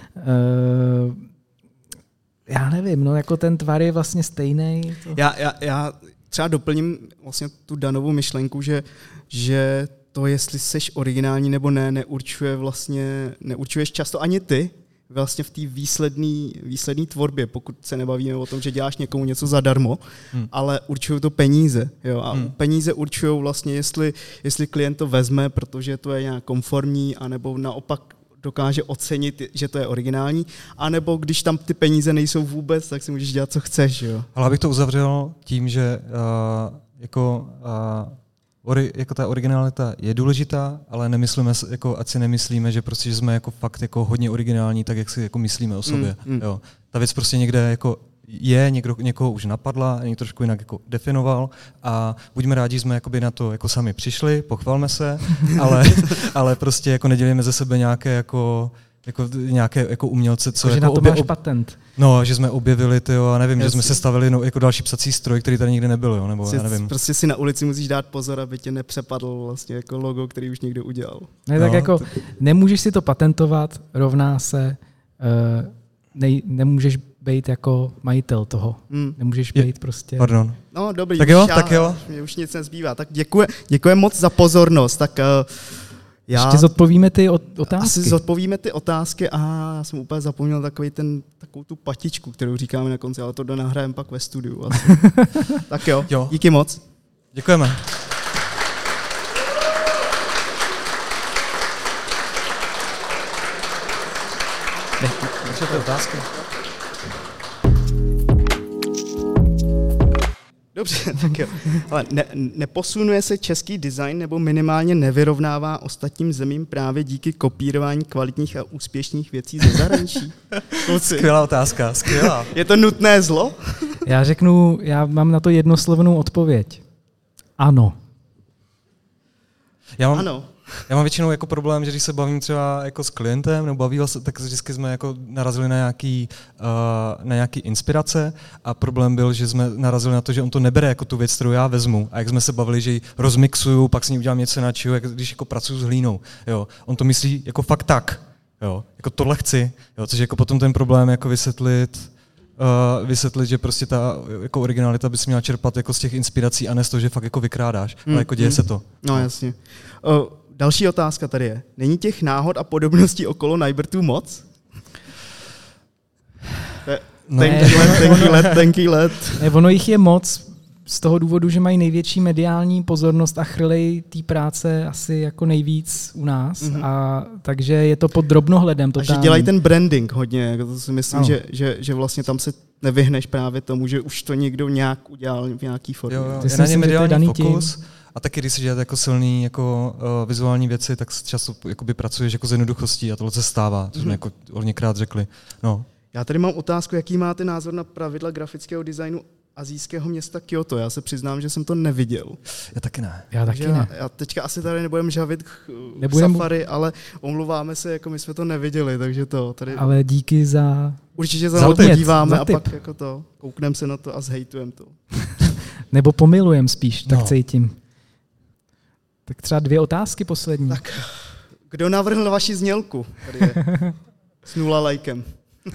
Uh, já nevím, no jako ten tvar je vlastně stejný. To... Já, já, já třeba doplním vlastně tu Danovou myšlenku, že, že to, jestli seš originální nebo ne, neurčuje vlastně, neurčuješ často ani ty, vlastně v té výsledné výsledný tvorbě, pokud se nebavíme o tom, že děláš někomu něco zadarmo, hmm. ale určují to peníze. Jo? A hmm. peníze určují vlastně, jestli, jestli klient to vezme, protože to je nějak konformní, anebo naopak dokáže ocenit, že to je originální, anebo když tam ty peníze nejsou vůbec, tak si můžeš dělat, co chceš. Jo? Ale abych to uzavřel tím, že uh, jako... Uh, Ori, jako ta originalita je důležitá, ale nemyslíme, jako, ať si nemyslíme, že prostě že jsme jako fakt jako hodně originální, tak jak si jako myslíme o sobě. Mm, mm. Jo. Ta věc prostě někde jako je, někdo, někoho už napadla, někdo trošku jinak jako definoval a buďme rádi, že jsme jakoby na to jako sami přišli, pochvalme se, ale, ale prostě jako nedělíme ze sebe nějaké jako jako nějaké jako umělce, co jako, jako že na to obje, máš patent. No, že jsme objevili, tyjo, a nevím, Jasně. že jsme se stavili no, jako další psací stroj, který tady nikdy nebyl, jo, nebo Prostě, já nevím. prostě si na ulici musíš dát pozor, aby tě nepřepadl vlastně jako logo, který už někdo udělal. Ne, tak No, jako to... nemůžeš si to patentovat, rovná se, uh, nej, nemůžeš být jako majitel toho. Hmm. Nemůžeš Je, být prostě... Pardon. No dobrý, tak jo, už já, tak jo. Mě už nic nezbývá. Tak děkuji, děkuji moc za pozornost. Tak uh, já... Ještě zodpovíme ty otázky. Asi zodpovíme ty otázky a já jsem úplně zapomněl takový ten, takovou tu patičku, kterou říkáme na konci, ale to donahrajeme pak ve studiu. Asi. Tak jo, jo, díky moc. Děkujeme. Nechcete otázky? Dobře, tak jo. Ale ne, neposunuje se český design nebo minimálně nevyrovnává ostatním zemím právě díky kopírování kvalitních a úspěšných věcí ze zahraničí? Skvělá otázka, skvělá. Je to nutné zlo? Já řeknu, já mám na to jednoslovnou odpověď. Ano. Já mám, Ano. Já mám většinou jako problém, že když se bavím třeba jako s klientem nebo bavil se, tak vždycky jsme jako narazili na nějaký, uh, na nějaký inspirace a problém byl, že jsme narazili na to, že on to nebere jako tu věc, kterou já vezmu. A jak jsme se bavili, že ji rozmixuju, pak s ní udělám něco jiného, jak když jako pracuju s hlínou. Jo. On to myslí jako fakt tak. Jo. Jako tohle chci. Jo. Což jako potom ten problém jako vysvětlit, uh, vysvětlit, že prostě ta jako originalita by si měla čerpat jako z těch inspirací a ne z toho, že fakt jako vykrádáš. Hmm. Ale jako děje hmm. se to. No jasně. Uh, Další otázka tady je. Není těch náhod a podobností okolo Najbrtů moc? Tenký let, tenký let, tenký let. Ne, ono jich je moc z toho důvodu, že mají největší mediální pozornost a chrlej té práce asi jako nejvíc u nás. Mm-hmm. A takže je to pod drobnohledem totální. A že dělají ten branding hodně. Jako to si myslím, že, že, že vlastně tam se nevyhneš právě tomu, že už to někdo nějak udělal v nějaký formě. Jo, jo. Je na ně mediální fokus. Tím. A taky, když si děláte jako silný jako, uh, vizuální věci, tak často jakoby pracuješ jako z jednoduchostí a tohle se stává, což jsme mm. jako hodněkrát řekli. No. Já tady mám otázku, jaký máte názor na pravidla grafického designu asijského města Kyoto. Já se přiznám, že jsem to neviděl. Já taky ne. Já taky ne. Já, já teďka asi tady nebudem žavit Nebudem... safari, ale omluváme se, jako my jsme to neviděli, takže to tady... Ale díky za... Určitě se na to podíváme a pak jako to, koukneme se na to a zhejtujeme to. Nebo pomilujem spíš, tak no. cítím. Tak třeba dvě otázky poslední. Tak, kdo navrhl vaši znělku? Tady je. S nula lajkem.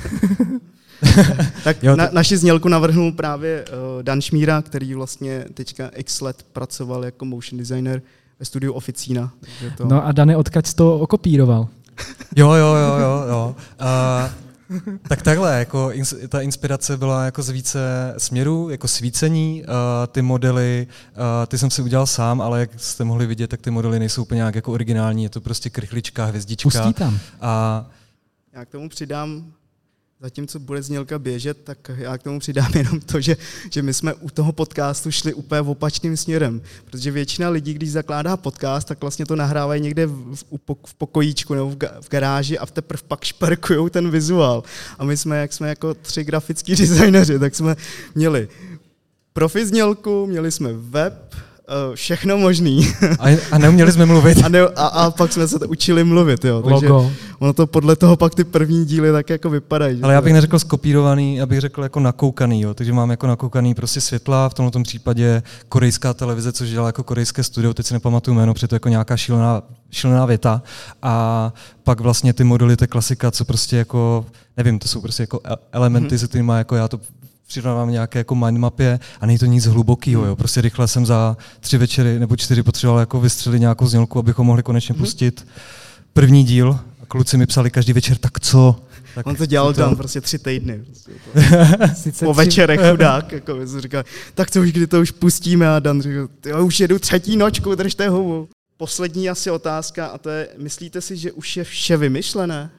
Tak jo, to... na, naši znělku navrhnul právě uh, Dan Šmíra, který vlastně teďka x let pracoval jako motion designer ve studiu Oficina. To... No a Dane, odkud jsi to okopíroval? Jo, jo, jo, jo. jo. Uh... Tak takhle, jako ins, ta inspirace byla jako z více směrů, jako svícení, uh, ty modely, uh, ty jsem si udělal sám, ale jak jste mohli vidět, tak ty modely nejsou úplně nějak jako originální, je to prostě krychlička, hvězdička. Pustí tam. A já k tomu přidám, zatímco bude znělka běžet, tak já k tomu přidám jenom to, že, že my jsme u toho podcastu šli úplně opačným směrem, protože většina lidí, když zakládá podcast, tak vlastně to nahrávají někde v, v pokojíčku nebo v, ga, v garáži a teprve pak šperkujou ten vizuál. A my jsme, jak jsme jako tři grafický designéři, tak jsme měli profi znělku, měli jsme web, všechno možný. A, a neuměli jsme mluvit. A, ne, a, a pak jsme se to učili mluvit. Jo. Takže Logo. ono to podle toho pak ty první díly tak jako vypadají. Ale já bych neřekl skopírovaný, já bych řekl jako nakoukaný. Jo. Takže mám jako nakoukaný prostě světla, v tomto případě korejská televize, což dělá jako korejské studio, teď si nepamatuju jméno, protože to je jako nějaká šílená, šílená věta. A pak vlastně ty modely, to je klasika, co prostě jako, nevím, to jsou prostě jako elementy, hmm. se kterými jako já to přirovnávám nějaké jako mindmapě a není to nic hlubokýho, jo. Prostě rychle jsem za tři večery nebo čtyři potřeboval jako vystřelit nějakou znělku, abychom mohli konečně pustit první díl. A kluci mi psali každý večer, tak co? Tak on to dělal to... tam prostě tři týdny. Prostě po večerech chudák, jako my jsme říkali, tak co už, kdy to už pustíme a Dan říkal, já už jedu třetí nočku, držte hubu. Poslední asi otázka a to je, myslíte si, že už je vše vymyšlené?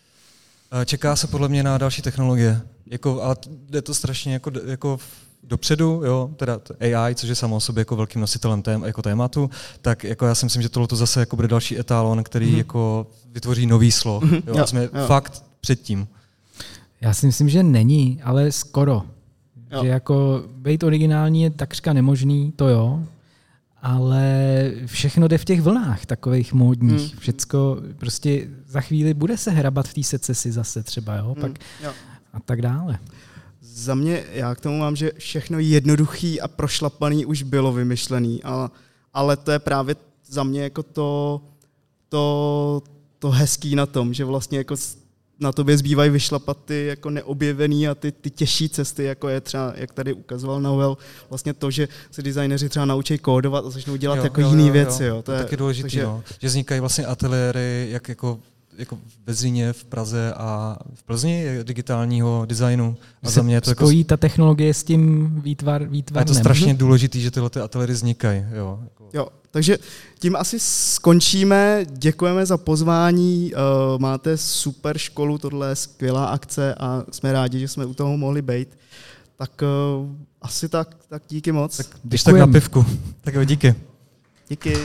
Čeká se podle mě na další technologie. Jako, a jde to strašně jako, jako dopředu, jo, teda A I, což je samo o sobě jako velkým nositelem tém, jako tématu, tak jako já si myslím, že tohle zase jako bude další etálon, který mm-hmm. jako vytvoří nový sloh. Mm-hmm. Jo, jo, jsme jo. fakt předtím. Já si myslím, že není, ale skoro. Jo. Že jako být originální je takřka nemožný, to jo, ale všechno jde v těch vlnách takových módních. Hmm. Všecko prostě za chvíli bude se hrabat v té secesi zase třeba, jo, pak hmm. jo. a tak dále. Za mě, já k tomu mám, že všechno jednoduchý a prošlapaný už bylo vymyšlený, ale, ale to je právě za mě jako to, to, to hezký na tom, že vlastně jako na tobě zbývají vyšlapat ty jako neobjevený a ty, ty těžší cesty, jako je třeba, jak tady ukazoval Noel, vlastně to, že se designéři třeba naučí kódovat a začnou dělat jo, jako jo, jiný jo, věci. Jo. To, to je taky důležité, takže... no. Že vznikají vlastně ateliéry, jak jako jako ve Zlíně, v Praze a v Plzni digitálního designu. A za mě to spojí jako... ta technologie s tím výtvar, výtvarnem. A je to strašně důležité, že tyhle ty ateliéry vznikají. Jo. jo, takže tím asi skončíme. Děkujeme za pozvání. Máte super školu, tohle je skvělá akce a jsme rádi, že jsme u toho mohli být. Tak asi tak, tak díky moc. Tak když tak na pivku. Tak jo, díky. Díky.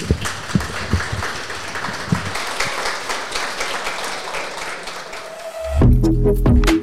Thank you.